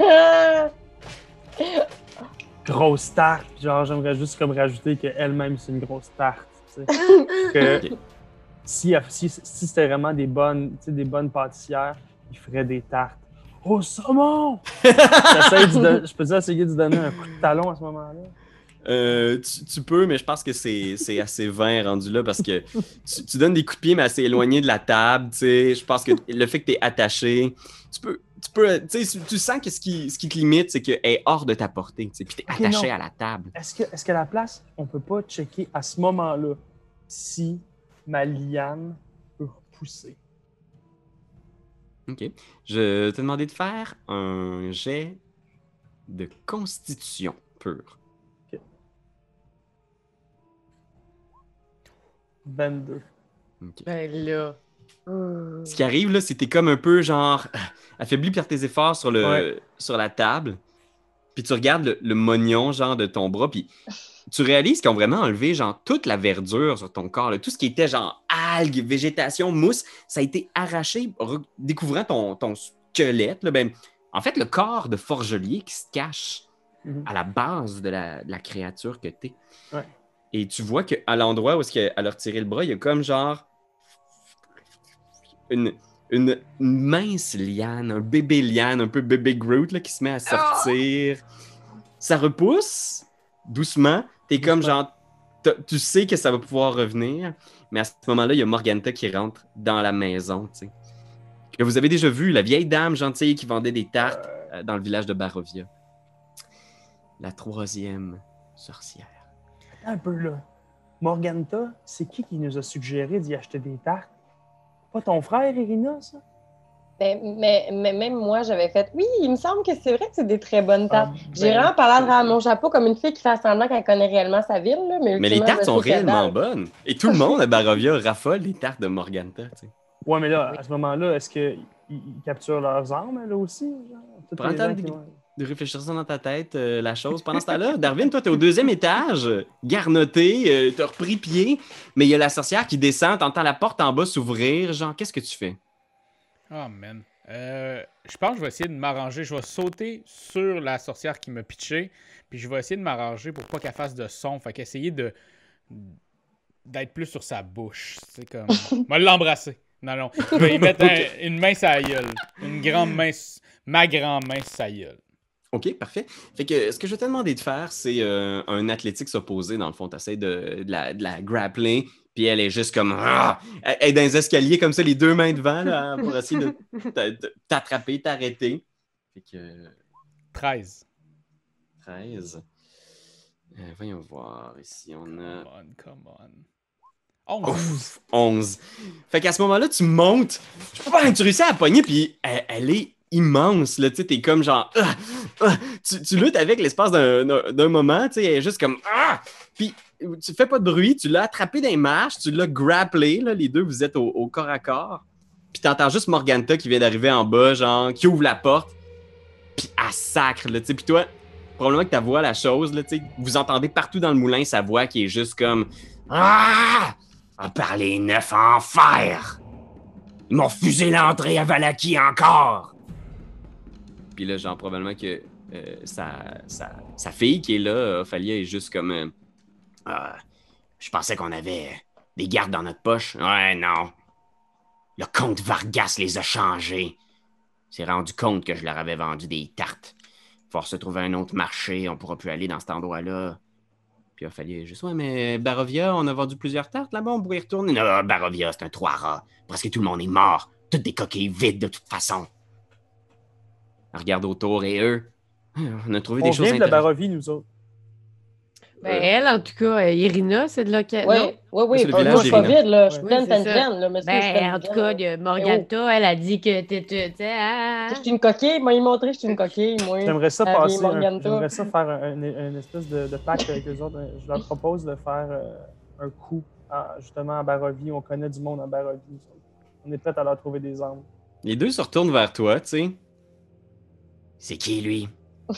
Grosse tarte. Puis genre, j'aimerais juste comme rajouter qu'elle-même, c'est une grosse tarte. Tu sais. Que Ok. si c'était vraiment des bonnes pâtissières, ils feraient des tartes. Au saumon! Je peux essayer de donner un coup de talon à ce moment-là. Tu peux, mais je pense que c'est assez vain rendu là parce que tu donnes des coups de pied, mais assez éloigné de la table. Tu sais. Je pense que le fait que tu es attaché, tu peux, tu sais, tu sens que ce qui te limite, c'est qu'elle est hors de ta portée. Tu sais, puis tu es Ok, attaché non. à la table. Est-ce qu'à la place, on peut pas checker à ce moment-là si ma liane peut repousser? OK. Je vais te demander de faire un jet de constitution pure. 22. OK. Ben là. Ce qui arrive, là, c'est que t'es comme un peu genre affaibli par tes efforts sur Ouais. sur la table. Puis tu regardes le mognon, genre, de ton bras, puis tu réalises qu'ils ont vraiment enlevé, genre, toute la verdure sur ton corps. Là. Tout ce qui était, genre, algues, végétation, mousse, ça a été arraché, découvrant ton squelette. Là, ben, en fait, le corps de Forgelier qui se cache Mhm. à la base de la créature que t'es. Ouais. Et tu vois qu'à l'endroit où elle a retiré le bras, il y a comme, genre, une mince liane, un bébé liane, un peu bébé Groot là, qui se met à sortir. Ça repousse doucement. T'es comme genre, tu sais que ça va pouvoir revenir, mais à ce moment-là, il y a Morganta qui rentre dans la maison, tu sais. Que vous avez déjà vu, la vieille dame gentille qui vendait des tartes dans le village de Barovia. la troisième sorcière. Attends un peu, là. Morganta, c'est qui nous a suggéré d'y acheter des tartes? Pas ton frère, Irina, ça? Mais même moi, j'avais fait. Oui, il me semble que c'est vrai que c'est des très bonnes tartes. J'ai Ben, vraiment parlé à travers mon chapeau comme une fille qui fait semblant qu'elle connaît réellement sa ville, là, mais Mais les ultimement, tartes je sont sais que réellement dalle. bonnes. Et tout le monde à Barovia raffole les tartes de Morganta, tu sais. Ouais, mais là, à ce moment-là, est-ce qu'ils capturent leurs armes, là aussi? Genre? Toutes Prends le les temps gens de, qui vont- de réfléchir ça dans ta tête, la chose. Pendant ce temps-là, Darwin, toi, t'es au deuxième étage, garnoté, t'as repris pied, mais il y a la sorcière qui descend, t'entends la porte en bas s'ouvrir. Genre, qu'est-ce que tu fais? Oh, man. Je pense que je vais essayer de m'arranger. Je vais sauter sur la sorcière qui m'a pitché, puis je vais essayer de m'arranger pour pas qu'elle fasse de son. Fait qu'essayer d'être plus sur sa bouche. C'est comme... Je vais l'embrasser. Non. Je vais y mettre une main sur la gueule. Une grande main... Ma grande main sur sa gueule. OK, parfait. Fait que ce que je vais te demander de faire, c'est un athlétique opposé, dans le fond. T'essaies de la grappler, puis elle est juste comme... Ah! Elle est dans les escaliers comme ça, les deux mains devant, là, pour essayer de t'attraper, t'arrêter. Fait que... 13. 13. Voyons voir, ici, on a... Come on. 11. Ouf, 11. Fait qu'à ce moment-là, tu montes. Je peux pas que tu réussis à la pogner, puis elle est immense, là, tu sais, t'es comme genre... Tu luttes avec l'espace d'un moment, tu sais, elle est juste comme... Puis tu fais pas de bruit, tu l'as attrapé dans les marches, tu l'as grapplé, là, les deux, vous êtes au corps à corps. Puis t'entends juste Morganta qui vient d'arriver en bas, genre, qui ouvre la porte, puis elle sacre, là, tu sais, puis toi, probablement que ta voix, la chose, là, tu sais, vous entendez partout dans le moulin sa voix qui est juste comme... À part les 9 en fer! Ils m'ont refusé l'entrée à Valaki encore! Puis là, genre, probablement que sa fille qui est là, Ophalia, est juste comme... je pensais qu'on avait des gardes dans notre poche. Ouais, non. Le comte Vargas les a changés. Il s'est rendu compte que je leur avais vendu des tartes. Faut se trouver un autre marché, on pourra plus aller dans cet endroit-là. Puis Ophalia est juste, ouais, mais Barovia, on a vendu plusieurs tartes là-bas, on pourrait y retourner. Non, Barovia, c'est un trou à rats. Presque tout le monde est mort. Toutes des coquilles vides de toute façon. Elle regarde autour et eux, on a trouvé On des choses vient de la intéressantes. Barovie, nous autres. Ben, elle, en tout cas, Irina, c'est de là qu'elle. Oui, non? oui, C'est le moi, village je suis pas d'Irina. vide, là. Je suis Ouais. pleine, Oui, c'est pleine, ça. pleine, là. Monsieur, je suis Ben, pleine, en tout pleine, cas, là. Morganta, elle a dit que t'étais. Je suis une coquille. Moi, il m'a montré que je suis une coquille, moi. J'aimerais ça La vieille passer, Morganta. j'aimerais ça faire une espèce de pacte avec eux autres. Je leur propose de faire un coup justement à Barovie. On connaît du monde à Barovie. On est prêts à leur trouver des armes. Les deux se retournent vers toi, tu sais. C'est qui, lui?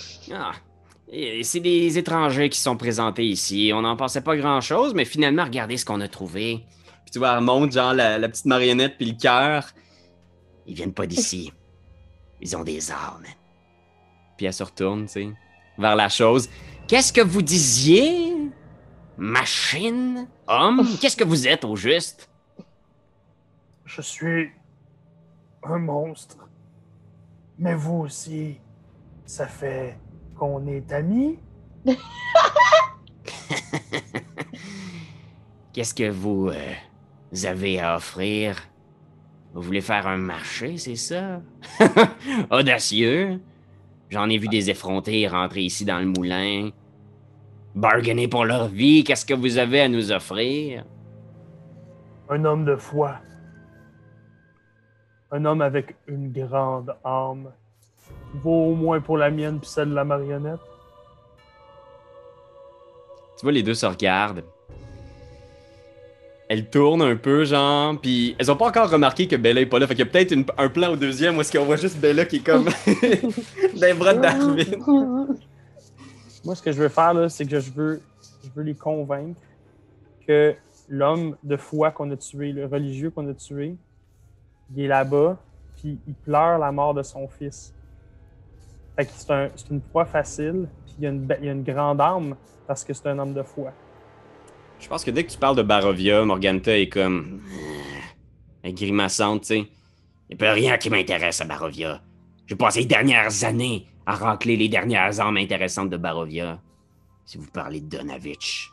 C'est des étrangers qui sont présentés ici. On n'en pensait pas grand-chose, mais finalement, regardez ce qu'on a trouvé. Puis tu vois, elle monte, genre, la petite marionnette puis le cœur. Ils viennent pas d'ici. Ils ont des armes. Puis elle se retourne, tu sais, vers la chose. Qu'est-ce que vous disiez? Machine? Homme? Qu'est-ce que vous êtes, au juste? Je suis un monstre. Mais vous aussi, ça fait qu'on est amis? Qu'est-ce que vous avez à offrir? Vous voulez faire un marché, c'est ça? Audacieux. J'en ai vu des effrontés rentrer ici dans le moulin. Bargainer pour leur vie, qu'est-ce que vous avez à nous offrir? Un homme de foi. Un homme avec une grande âme. Vaut au moins pour la mienne puis celle de la marionnette. Tu vois, les deux se regardent. Elles tournent un peu, genre, puis elles ont pas encore remarqué que Bella est pas là. Fait qu'il y a peut-être un plan au deuxième où est-ce qu'on voit juste Bella qui est comme dans les bras de Darwin. Moi, ce que je veux faire, là, c'est que je veux les convaincre que l'homme de foi qu'on a tué, le religieux qu'on a tué, il est là-bas, puis il pleure la mort de son fils. Fait que c'est une proie facile, puis il y a une grande âme parce que c'est un homme de foi. Je pense que dès que tu parles de Barovia, Morganta est comme... Elle est grimaçante, tu sais. Il n'y a rien qui m'intéresse à Barovia. J'ai passé les dernières années à racler les dernières armes intéressantes de Barovia. Si vous parlez de Donavitch.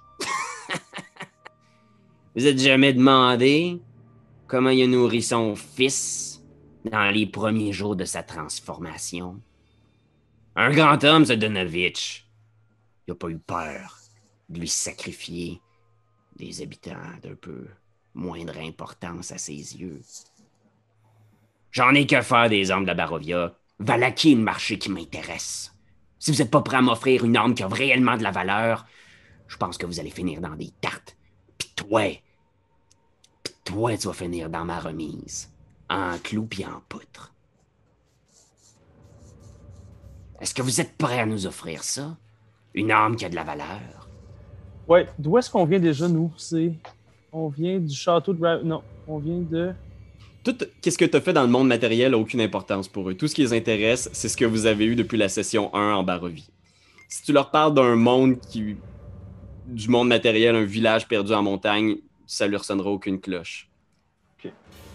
Vous êtes jamais demandé comment il a nourri son fils dans les premiers jours de sa transformation? Un grand homme, ce Donavitch. il n'a pas eu peur de lui sacrifier des habitants d'un peu moindre importance à ses yeux. J'en ai que faire des armes de la Barovia. Vallaki est le marché qui m'intéresse. Si vous n'êtes pas prêt à m'offrir une arme qui a réellement de la valeur, je pense que vous allez finir dans des tartes. Puis toi, tu vas finir dans ma remise. En clous puis en poutre. Est-ce que vous êtes prêt à nous offrir ça? Une arme qui a de la valeur? Ouais, d'où est-ce qu'on vient déjà, nous? On vient du château de... Non, on vient de... Tout qu'est-ce que tu as fait dans le monde matériel n'a aucune importance pour eux. Tout ce qui les intéresse, c'est ce que vous avez eu depuis la session 1 en Barovie. Si tu leur parles d'un monde du monde matériel, un village perdu en montagne, ça lui ressonnera aucune cloche. OK.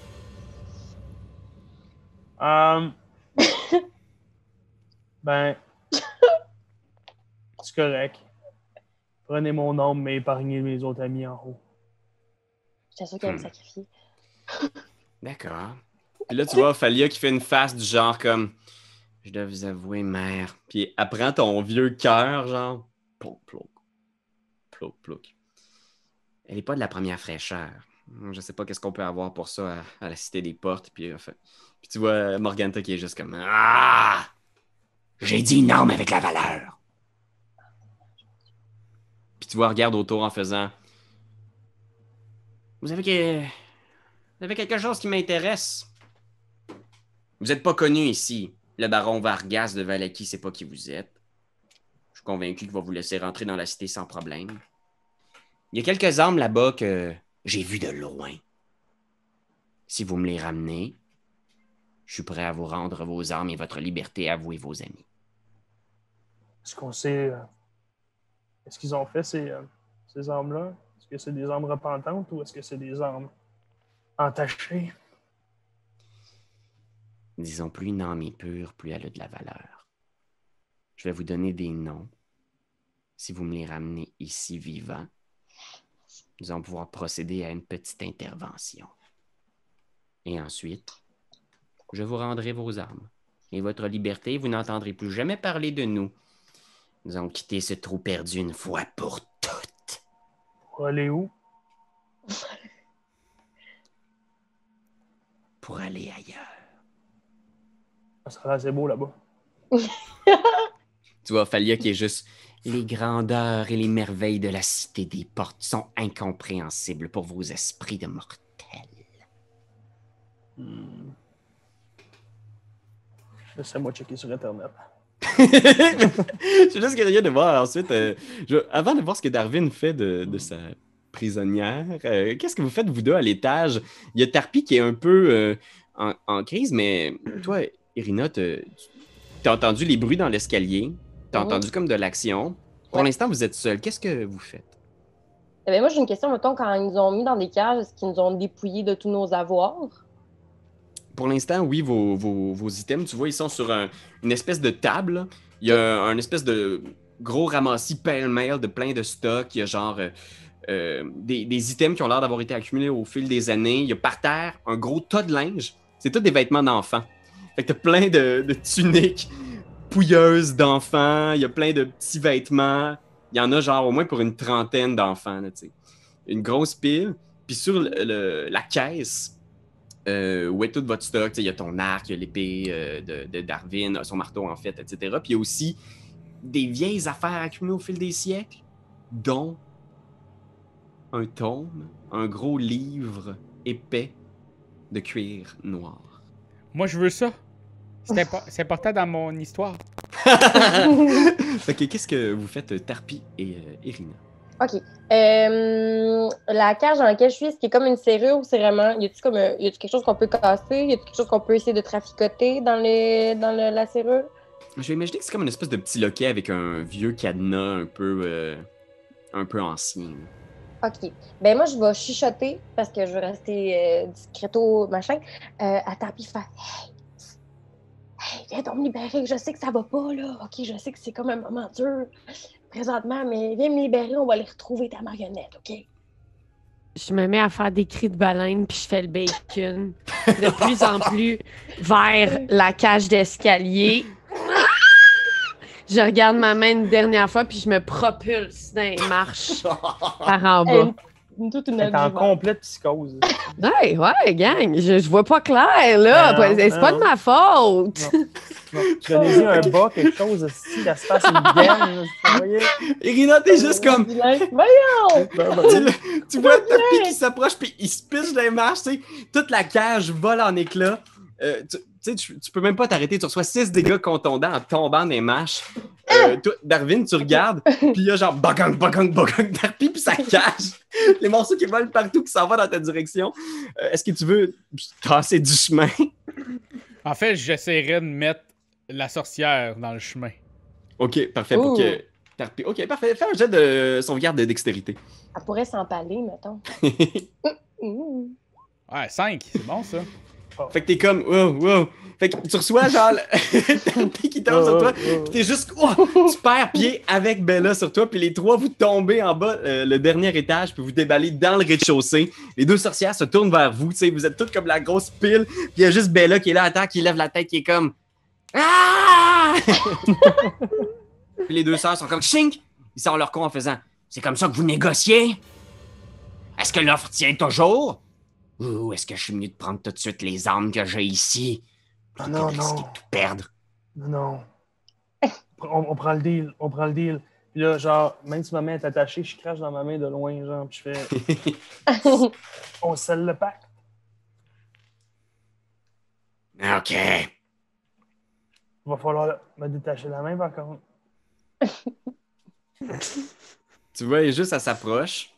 Ben... C'est correct. Prenez mon nom, mais épargnez mes autres amis en haut. J'étais sûre qu'elle allait me sacrifier. D'accord. Puis là, tu vois Ophalia qui fait une face du genre comme « Je dois vous avouer, mère. » Puis elle prend ton vieux cœur, genre « Plouc, plouc. Plouc, plouc. » Elle est pas de la première fraîcheur. Je sais pas qu'est-ce qu'on peut avoir pour ça à la Cité des Portes. Puis tu vois Morganta qui est juste comme « Ah! J'ai dit une arme avec la valeur. » Puis tu vois, regarde autour en faisant « Vous avez quelque chose qui m'intéresse. Vous n'êtes pas connu ici. Le baron Vargas de Vallaki sait pas qui vous êtes. Je suis convaincu qu'il va vous laisser rentrer dans la cité sans problème. Il y a quelques armes là-bas que j'ai vues de loin. Si vous me les ramenez, je suis prêt à vous rendre vos armes et votre liberté à vous et vos amis. » Est-ce qu'on sait... Est-ce qu'ils ont fait ces armes-là? Est-ce que c'est des armes repentantes ou est-ce que c'est des armes entachées? Disons, plus une arme est pure, plus elle a de la valeur. Je vais vous donner des noms. Si vous me les ramenez ici vivants, nous allons pouvoir procéder à une petite intervention. Et ensuite, je vous rendrai vos armes. Et votre liberté, vous n'entendrez plus jamais parler de nous. Nous allons quitter ce trou perdu une fois pour toutes. Pour aller où? Pour aller ailleurs. Ça a l'air assez beau là-bas. Tu vois Ophalia qui est juste Les grandeurs et les merveilles de la Cité des Portes sont incompréhensibles pour vos esprits de mortels. Laissez-moi checker sur Internet. Je suis juste curieux de voir ensuite. Avant de voir ce que Darwin fait de sa prisonnière, qu'est-ce que vous faites, vous deux, à l'étage? Il y a Tarpi qui est un peu en crise, mais toi, Irina, t'as entendu les bruits dans l'escalier. T'as entendu comme de l'action. Pour l'instant, vous êtes seul. Qu'est-ce que vous faites? Eh bien, moi, j'ai une question. Mettons, quand ils nous ont mis dans des cages, est-ce qu'ils nous ont dépouillés de tous nos avoirs? Pour l'instant, oui, vos items, tu vois, ils sont sur une espèce de table. Il y a un espèce de gros ramassis pêle-mêle de plein de stocks. Il y a genre des items qui ont l'air d'avoir été accumulés au fil des années. Il y a par terre un gros tas de linge. C'est tous des vêtements d'enfants. Fait que t'as plein de tuniques pouilleuses d'enfants. Il y a plein de petits vêtements. Il y en a genre au moins pour une trentaine d'enfants, là, tu sais. Une grosse pile. Puis sur la caisse... où est tout votre stock, il y a ton arc, il y a l'épée de Darwin, son marteau en fait, etc. Puis il y a aussi des vieilles affaires accumulées au fil des siècles, dont un tome, un gros livre épais de cuir noir. Moi, je veux ça. C'est important dans mon histoire. Fait que qu'est-ce que vous faites, Tarpi et Irina? OK. La cage dans laquelle je suis, est-ce qu'il y a comme une serrure ou c'est vraiment... Y a-t-il quelque chose qu'on peut casser? Y a-t-il quelque chose qu'on peut essayer de traficoter dans la serrure? Je vais imaginer que c'est comme une espèce de petit loquet avec un vieux cadenas un peu ancien. OK. Ben moi, je vais chuchoter parce que je veux rester discreto, machin. À Tarpi, faire Hey, viens donc me libérer. Je sais que ça va pas, là. OK, je sais que c'est comme un moment dur présentement, mais viens me libérer, on va aller retrouver ta marionnette, OK? Je me mets à faire des cris de baleine, puis je fais le bacon de plus en plus vers la cage d'escalier. Je regarde ma main une dernière fois, puis je me propulse dans les marches par en bas. Toute une T'es en adjuvante. complète psychose. Ouais, gang, je vois pas clair, là. Non, C'est pas non. de ma faute. Non, tu donnais un bas, quelque chose, si elle se passe une gaine, là, vous voyez? Irina, t'es juste comme. Voyons! Tu vois Tarpi qui s'approche puis il se pitche dans les marches, tu sais. Toute la cage vole en éclats. Tu peux même pas t'arrêter. Tu reçois 6 dégâts contondants en tombant dans les marches. Toi, Darwin, tu regardes, puis il y a genre bagong, bagong, bagong, Tarpi puis sa cage. Les morceaux qui volent partout, qui s'en vont dans ta direction. Est-ce que tu veux tasser du chemin? En fait, j'essaierais de mettre la sorcière dans le chemin. Ok, parfait. Pour que Tarpi. Ok, parfait. Fais un jet de sauvegarde de dextérité. Elle pourrait s'empaler, mettons. Ouais, 5, c'est bon ça. Fait que t'es comme, wow. Fait que tu reçois genre Tarpi qui tombe sur toi, pis t'es juste, tu perds pied avec Bella sur toi, puis les trois vous tombez en bas, le dernier étage, puis vous déballez dans le rez-de-chaussée. Les deux sorcières se tournent vers vous, tu sais, vous êtes toutes comme la grosse pile, puis il y a juste Bella qui est là à terre, qui lève la tête, qui est comme, ah! Puis les deux sœurs sont comme, chink! Ils sortent leur con en faisant, c'est comme ça que vous négociez? Est-ce que l'offre tient toujours? Ou est-ce que je suis mieux de prendre tout de suite les armes que j'ai ici? Non, Risquer non. de tout perdre. Non. On prend le deal, on prend le deal. Puis là, genre, même si ma main est attachée, je crache dans ma main de loin, genre, puis je fais... On scelle le pacte. OK. Il va falloir me détacher la main, par contre. Tu vois, juste, elle s'approche.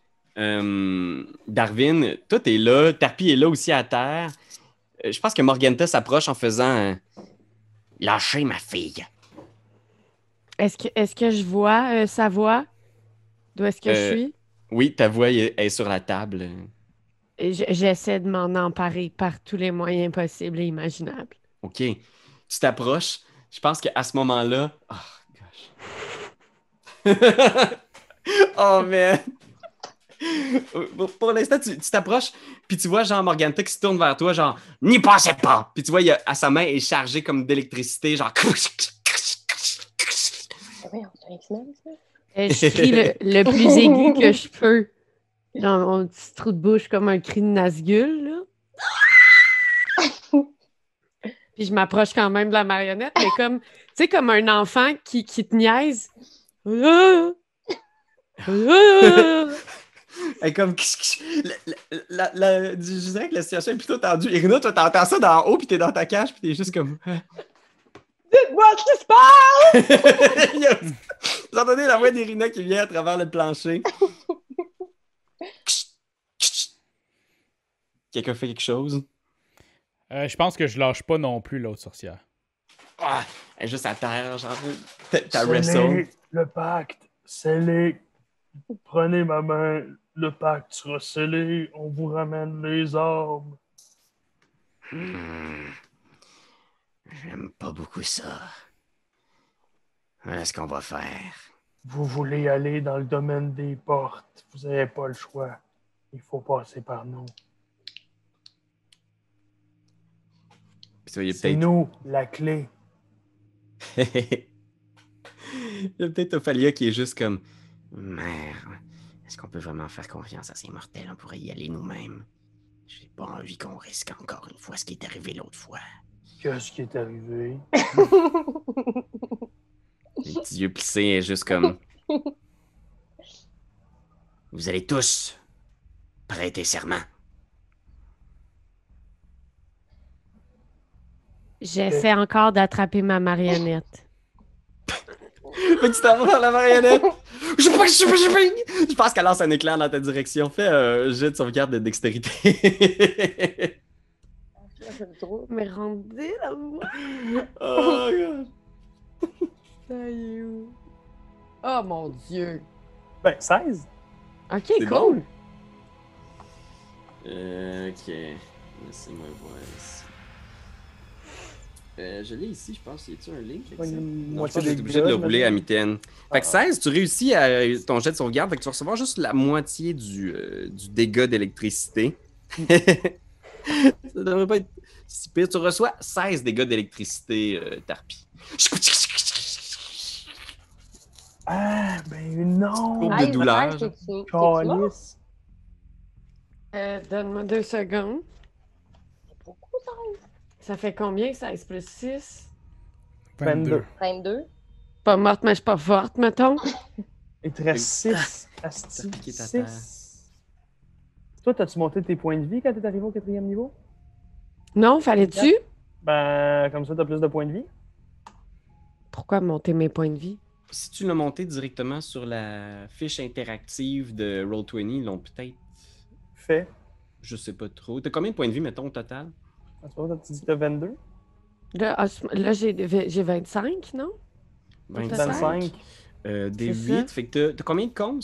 Darwin, toi, t'es là. Tarpi est là aussi à terre. Je pense que Morganta s'approche en faisant lâchez ma fille. Est-ce que je vois sa voix? D'où est-ce que je suis? Oui, ta voix est sur la table. Et j'essaie de m'en emparer par tous les moyens possibles et imaginables. OK. Tu t'approches. Je pense qu'à ce moment-là. Oh, gosh. Oh, man. Pour l'instant, tu t'approches, puis tu vois genre Morganta qui se tourne vers toi, genre « N'y pensez pas! » Puis tu vois, à sa main est chargée comme d'électricité, genre... Ouais, c'est un X-Men, ça. Je crie le plus aigu que je peux. Dans mon petit trou de bouche comme un cri de Nazgûl, là. Puis je m'approche quand même de la marionnette, mais comme, tu sais, comme un enfant qui te niaise. Et comme... je dirais que la situation est plutôt tendue. Irina, toi, t'entends ça d'en haut, puis t'es dans ta cage, puis t'es juste comme... Dites-moi ce qui se passe! Vous entendez la voix d'Irina qui vient à travers le plancher. Quelqu'un fait quelque chose? Je pense que je lâche pas non plus l'autre sorcière. Ah, elle est juste à terre, genre... T'as wrestle. Le pacte, scellé. Prenez ma main, le pacte sera scellé, on vous ramène les armes. J'aime pas beaucoup ça. Qu'est-ce qu'on va faire? Vous voulez aller dans le domaine des portes, vous n'avez pas le choix. Il faut passer par nous. C'est nous, la clé. Il y a peut-être Ophalia qui est juste comme... Merde, est-ce qu'on peut vraiment faire confiance à ces mortels? On pourrait y aller nous-mêmes. J'ai pas envie qu'on risque encore une fois ce qui est arrivé l'autre fois. Qu'est-ce qui est arrivé? Les petits yeux plissés est juste comme... Vous allez tous prêter serment. J'essaie encore d'attraper ma marionnette. Fait que tu t'en vas vers la marionnette. Je pense qu'elle lance un éclair dans ta direction. Fais un jet de sauvegarde de dextérité. Mais rendez la voix. Oh, God. Oh mon Dieu. Ben, 16. Ok, C'est cool. bon. Ok. Laissez-moi voir ici. Je l'ai ici, je pense. Y a-tu un link avec ça? Non, je pense que j'étais obligé de le rouler à mitaine. Fait que 16, tu réussis à ton jet de sauvegarde, fait que tu vas recevoir juste la moitié du dégât d'électricité. Ça devrait pas être si pire. Tu reçois 16 dégâts d'électricité, Tarpi. Ah, ben non! Courbe Hey, de douleur. Robert, t'es-tu mort? Calice! Donne-moi 2 secondes. C'est beaucoup, ça. Ça fait combien, 16 plus 6? 22. 22. Pas morte, mais je suis pas forte, mettons. Il te reste 6. T'as piqué ta terre. 6. Toi, t'as-tu monté tes points de vie quand t'es arrivé au 4e niveau? Non, fallait-tu? Ben, comme ça, t'as plus de points de vie. Pourquoi monter mes points de vie? Si tu l'as monté directement sur la fiche interactive de Roll20, ils l'ont peut-être. Fait. Je sais pas trop. T'as combien de points de vie, mettons, au total? À ce moment-là, tu dis que t'as 22? Là, j'ai 25, non? 25. Des C'est 8. ça. Fait que t'as combien de cons?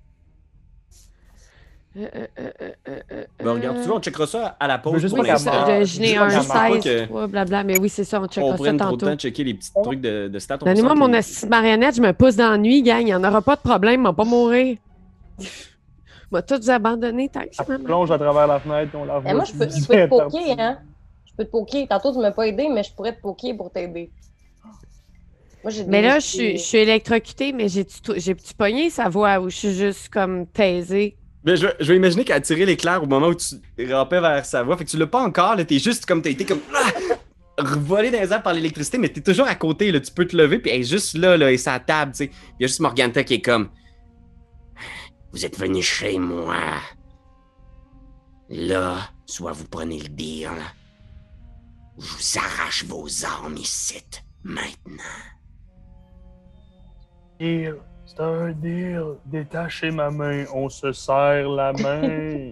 Regarde, tu vois, on checkera ça à la Je pause veux juste pour pas l'instant. qu'elle meure. Je n'ai Je un pense pas 16, que 3, blabla, mais oui, c'est ça, on On checkera ça prenne trop de tantôt. temps de checker les petits trucs de stats. On Donnez-moi sent mon que les- assise marionnette, je me pousse dans la nuit, gang. Il n'y en aura pas de problème, je vais pas mourir. Je vais tous vous abandonner, tant que Elle maman. plonge à travers la fenêtre et on la voit. Eh, moi, je peux te poker, hein. Je peux te poker. Tantôt, tu m'as pas aidé, mais je pourrais te poker pour t'aider. Moi, j'ai Mais des- là, je suis électrocutée, mais j'ai-tu pogné sa voix ou je suis juste comme taisée? Mais je vais imaginer qu'elle a tiré l'éclair au moment où tu rampais vers sa voix. Fait que tu l'as pas encore, là. T'es juste comme. T'as été comme. Revolé dans les airs par l'électricité, mais t'es toujours à côté, là. Tu peux te lever, puis elle est juste là, et c'est à la table, tu sais. Il y a juste Morganta qui est comme. Vous êtes venu chez moi. Là, soit vous prenez le deal, ou je vous arrache vos armes ici, maintenant. Deal. C'est un deal. Détachez ma main. On se serre la main.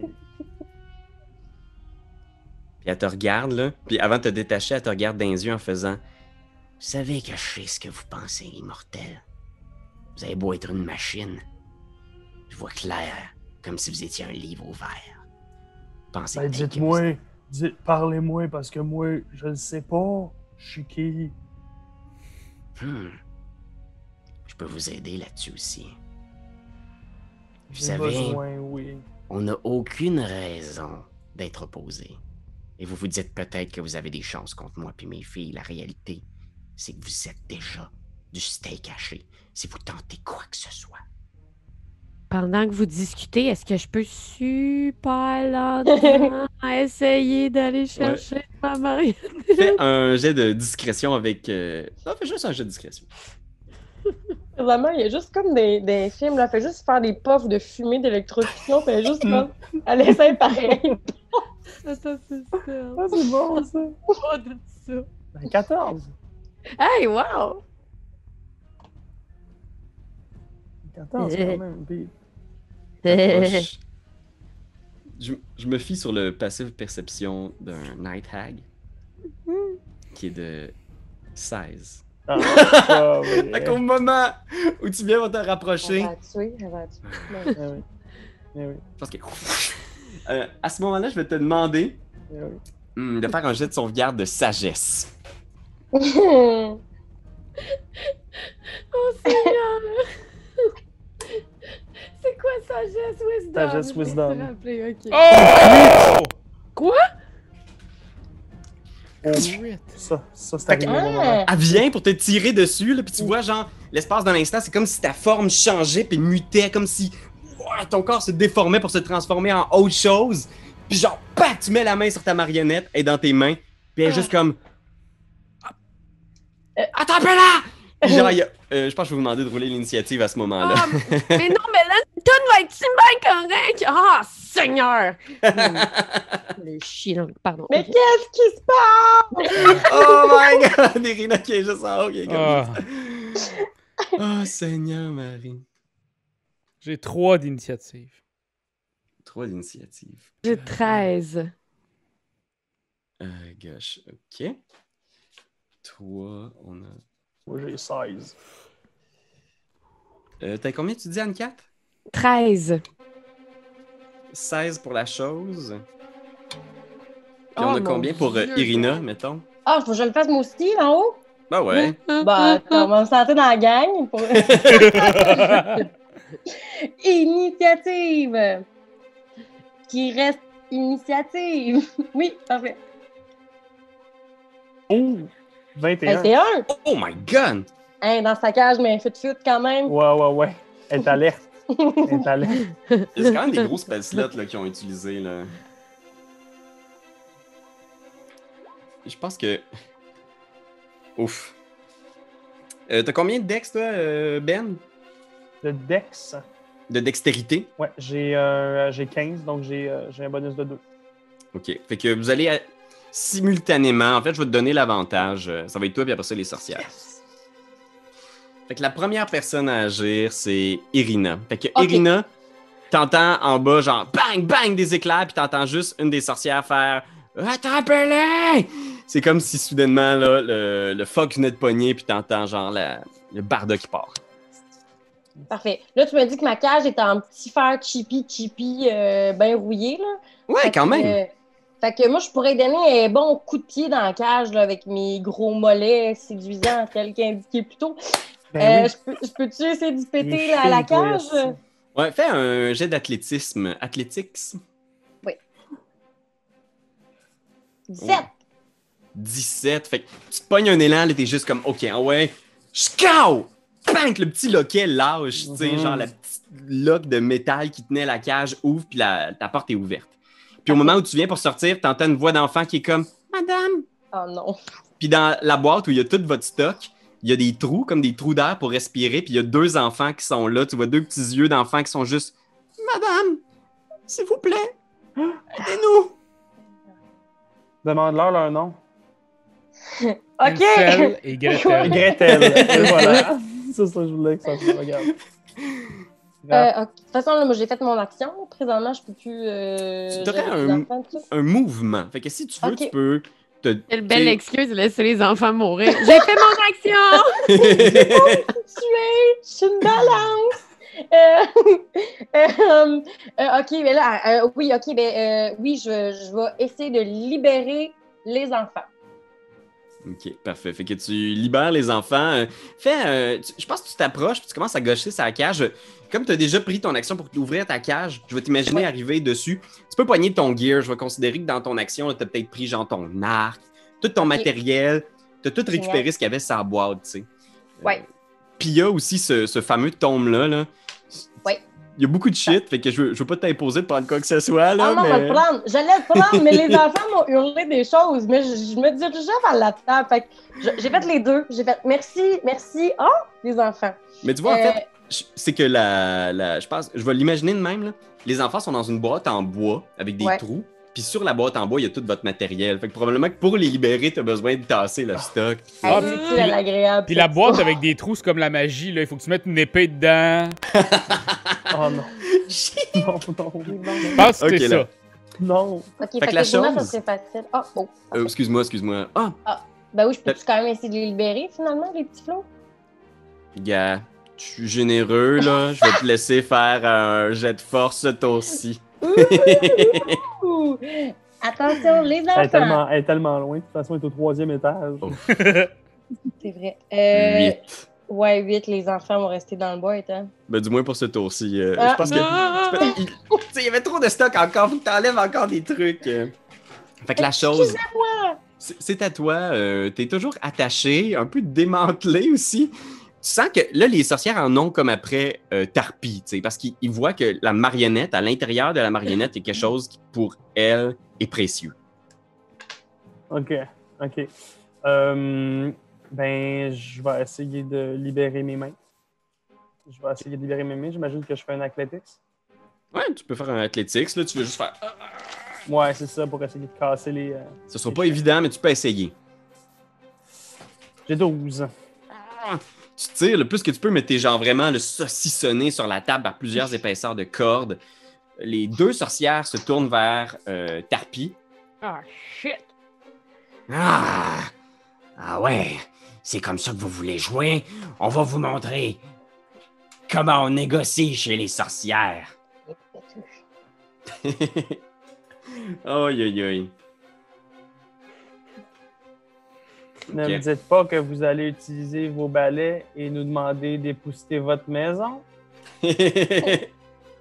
Puis elle te regarde, là. Puis avant de te détacher, elle te regarde dans les yeux en faisant. Vous savez que je sais ce que vous pensez, immortel. Vous avez beau être une machine. Je vois clair, comme si vous étiez un livre ouvert. Pensez Ben, peut-être que dites-moi. Parlez-moi parce que moi, je ne sais pas. Je suis qui? Je peux vous aider là-dessus aussi. Vous J'ai savez, besoin, oui. on n'a aucune raison d'être opposés. Et vous vous dites peut-être que vous avez des chances contre moi puis mes filles. La réalité, c'est que vous êtes déjà du steak haché si vous tentez quoi que ce soit. Pendant que vous discutez, est-ce que je peux super lentement essayer d'aller chercher ma marionnette? Fais un jet de discrétion avec... Non, fais juste un jet de discrétion. Vraiment, il y a juste comme des films, là. Fait juste faire des puffs de fumée d'électrocution, fait juste comme. Elle essaie pareil. Attends, c'est ça. Ah, c'est bon, ça. Pas de ça. Ben, 14. Hey, wow! 14, quand même. Puis, Approche. Je me fie sur le passive perception d'un Night Hag qui est de 16. ah, ça, oui. Fait qu'au moment où tu viens te Elle rapprocher, va tuer, elle va tuer. Eh oui. Eh oui. je pense que... à ce moment-là, je vais te demander Eh oui. de faire un jet de sauvegarde de sagesse. Oh, Seigneur! C'est quoi sagesse wisdom? Sagesse, wisdom. Je me suis rappelé, ok. Oh! Quoi? Ça, c'est Fait que- arrivé au moment. Ah! Elle vient pour te tirer dessus, là, puis tu vois, genre, l'espace d'un instant, c'est comme si ta forme changeait puis mutait, comme si ouah, ton corps se déformait pour se transformer en autre chose. Puis genre, pac, tu mets la main sur ta marionnette, elle est dans tes mains, puis elle est juste comme... Attrapez-la! Puis genre, je pense que je vais vous demander de rouler l'initiative à ce moment-là. Ah, mais non, mais là, tout va être si bien correct! Ah, Seigneur! Le chien, pardon. Mais qu'est-ce qui se passe? Oh my god! Irina qui est juste en haut, qui est comme... Ah, Oh Seigneur Marie. j'ai 3 d'initiative. 3 d'initiative. J'ai 13. Gosh, ok. 3, on a... Moi, j'ai 16. T'as combien tu dis, Anne-Cat? 13. 16 pour la chose. Puis Oh, on a mon combien pour Dieu. Irina, mettons? Ah, faut que je le fasse moi aussi, là haut? Ben ouais. Bah, on va me sentir dans la gang. Pour... Initiative! Qui reste initiative. Oui, parfait. Oh! 21. 21! Oh my god! Hein, dans sa cage, mais fut quand même. Ouais. Elle est alerte. Elle est alerte. C'est quand même des gros spell slots là, qu'ils ont utilisés. Là. Je pense que. Ouf. T'as combien de dex, toi, Ben? Le Dex. De dextérité? Ouais, j'ai 15, donc j'ai un bonus de 2. Ok. Fait que vous allez simultanément. En fait, je vais te donner l'avantage. Ça va être toi, puis après ça, les sorcières. Yes! Fait que la première personne à agir, c'est Irina. Fait que Ok. Irina, t'entends en bas, genre bang, bang, des éclairs, puis t'entends juste une des sorcières faire attrapez-les! C'est comme si soudainement, là, le fuck venait de pogner, puis t'entends genre le barda qui part. Parfait. Là, tu me dis que ma cage est en petit fer chippy, bien rouillé, là. Ouais, quand même! Fait que moi, je pourrais donner un bon coup de pied dans la cage, là, avec mes gros mollets séduisants, tel qu'indiqué plus tôt. Ben oui. Je peux-tu essayer d'y péter Les la filles, toi, cage? aussi. Ouais, fais un jet d'athlétisme. Athletics. 17! 17. Fait que tu te pognes un élan, là, t'es juste comme, OK, ah ouais, scow! Bang! Le petit loquet lâche, tu sais, genre la petite loque de métal qui tenait la cage ouvre, puis ta porte est ouverte. Puis au moment où tu viens pour sortir, t'entends une voix d'enfant qui est comme, Madame! Oh non. Puis dans la boîte où il y a tout votre stock, il y a des trous, comme des trous d'air pour respirer, puis il y a 2 enfants qui sont là. Tu vois 2 petits yeux d'enfants qui sont juste, Madame! S'il vous plaît! Aidez-nous! Demande-leur leur nom. OK! Ansel et Gretel. Gretel. Et voilà. C'est ça que je voulais que ça se regarde. Ok. De toute façon, là, moi, j'ai fait mon action. Présentement, je peux plus. Tu aurais gérer les enfants, tout ça. un mouvement. Fait que si tu veux, Ok. tu peux te. Quelle belle excuse de laisser les enfants mourir. J'ai fait mon action! Je suis une balance! OK, mais là, oui, OK, oui, je vais essayer de libérer les enfants. Ok, parfait. Fait que tu libères les enfants. Je pense que tu t'approches puis tu commences à gaucher sa cage. Comme tu as déjà pris ton action pour ouvrir ta cage, je vais t'imaginer arriver dessus. Tu peux poigner ton gear. Je vais considérer que dans ton action, tu as peut-être pris genre ton arc, tout ton matériel. Tu as tout récupéré ce qu'il y avait sur la boîte, tu sais. Ouais. Puis il y a aussi ce fameux tome-là. Là. Ouais. Il y a beaucoup de shit, fait que je veux pas t'imposer de prendre quoi que ce soit. Là, Ah non, mais... on va le prendre. J'allais le prendre, mais les enfants m'ont hurlé des choses. Mais je me dirigeais vers la table. Fait que j'ai fait les deux. J'ai fait merci. Oh, les enfants. Mais tu vois, en fait, c'est que je pense, je vais l'imaginer de même. Là. Les enfants sont dans une boîte en bois avec des trous. Puis sur la boîte en bois, il y a tout votre matériel. Fait que probablement que pour les libérer, tu as besoin de tasser le stock. Ah, C'est agréable. Puis la boîte avec des trous, c'est comme la magie, là. Il faut que tu mettes une épée dedans. Oh non. Non. Je pense que c'est ça. Non. OK, Fait fait que la que pour moi, chose- ça serait facile. Oh. Excuse-moi. Ah, Ben oui, je peux quand même essayer de les libérer, finalement, les petits flots? gars, je suis généreux, là. Je vais te laisser faire un jet de force ce tour-ci. Ouh! Attention, les enfants! Elle est tellement loin. De toute façon, elle est au 3e étage. Oh. C'est vrai. 8. Ouais, 8, les enfants vont rester dans le bois, étant. Ben, du moins pour ce tour-ci. Ah. Je pense que. Tu sais, il y avait trop de stock encore. Faut que t'enlèves encore des trucs. Fait que la chose. Excusez-moi! C'est à toi. T'es toujours attaché, un peu démantelé aussi. Tu sens que là, les sorcières en ont comme après Tarpi, tu sais, parce qu'ils voient que la marionnette, à l'intérieur de la marionnette, il y a quelque chose qui, pour elle, est précieux. OK. Ben, je vais essayer de libérer mes mains. J'imagine que je fais un athletics. Ouais, tu peux faire un athletics, là, tu veux juste faire. Ouais, c'est ça, pour essayer de casser les... Ce sera pas évident, mais tu peux essayer. J'ai 12. Tu tires le plus que tu peux, mais t'es genre vraiment le saucissonné sur la table par plusieurs épaisseurs de cordes. Les 2 sorcières se tournent vers Tarpi. Ah, shit! Ah ouais, c'est comme ça que vous voulez jouer? On va vous montrer comment on négocie chez les sorcières. Aïe. Ne Ok. me dites pas que vous allez utiliser vos balais et nous demander d'épousseter votre maison.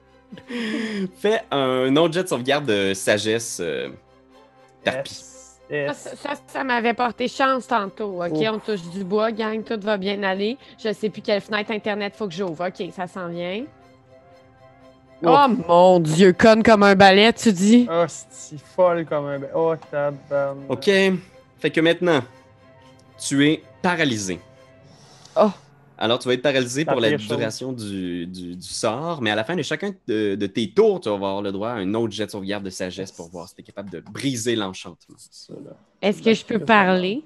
Fais un autre jet de sauvegarde de sagesse, Tarpi. Ça m'avait porté chance tantôt. OK, Ouf. on touche du bois, gang, tout va bien aller. Je sais plus quelle fenêtre Internet faut que j'ouvre. OK, ça s'en vient. Oh mon Dieu, conne comme un balai, tu dis? Oh, c'est folle comme un... Oh, tabarnak. OK. Fait que maintenant, tu es paralysé. Oh. Alors, tu vas être paralysé La pour la pire chose. duration du sort, mais à la fin de chacun de tes tours, tu vas avoir le droit à un autre jet de sauvegarde de sagesse pour voir si tu es capable de briser l'enchantement. Ça, là. Est-ce que je peux parler?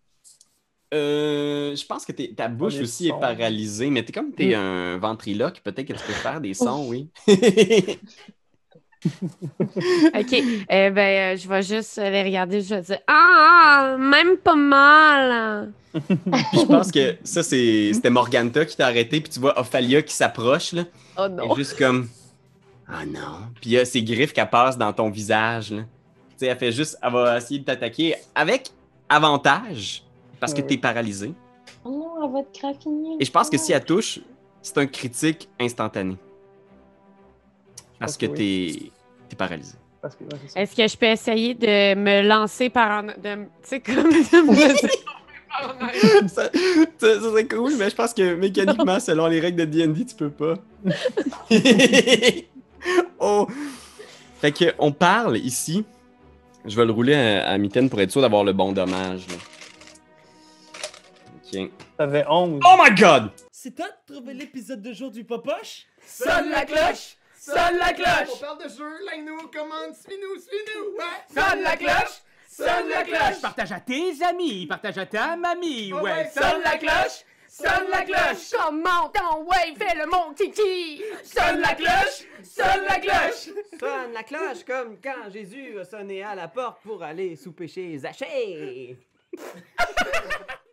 Je pense que ta bouche les aussi sons. est paralysée, mais comme tu es un ventriloque, peut-être que tu peux faire des sons, oui. OK, je vais juste les regarder, je vais dire « Ah, même pas mal! Puis je pense que ça, c'était Morganta qui t'a arrêté, puis tu vois Ophalia qui s'approche, là. » Oh Elle non! est juste comme « Ah non! » Puis il y a ses griffes qui passent dans ton visage, là. Tu sais, elle va essayer de t'attaquer avec avantage, parce que Oui. t'es paralysé. Oh non, elle va te graffiner. Et je pense que si elle touche, c'est un critique instantané. Parce que oui. t'es paralysé. Parce que, ouais, c'est ça. Est-ce que je peux essayer de me lancer par en... Tu sais, comme de me laisser tomber par en arrière? ça serait cool, mais je pense que mécaniquement, selon les règles de D&D, tu peux pas. Oh! Fait que on parle ici. Je vais le rouler à mitaine pour être sûr d'avoir le bon dommage, là. Ok. T'avais 11. Oh my god! C'est toi de trouver l'épisode de jour du Popoche? Sonne la cloche! Sonne la On cloche! parle de jeu, like-nous, commande, suis-nous, ouais! Sonne la cloche! Sonne la cloche! Partage à tes amis, partage à ta mamie, ouais. Sonne la cloche! Sonne la cloche! Comment ton wave fait le mon titi? Sonne la cloche! Sonne la cloche! Sonne la cloche comme quand Jésus a sonné à la porte pour aller souper chez Zachée.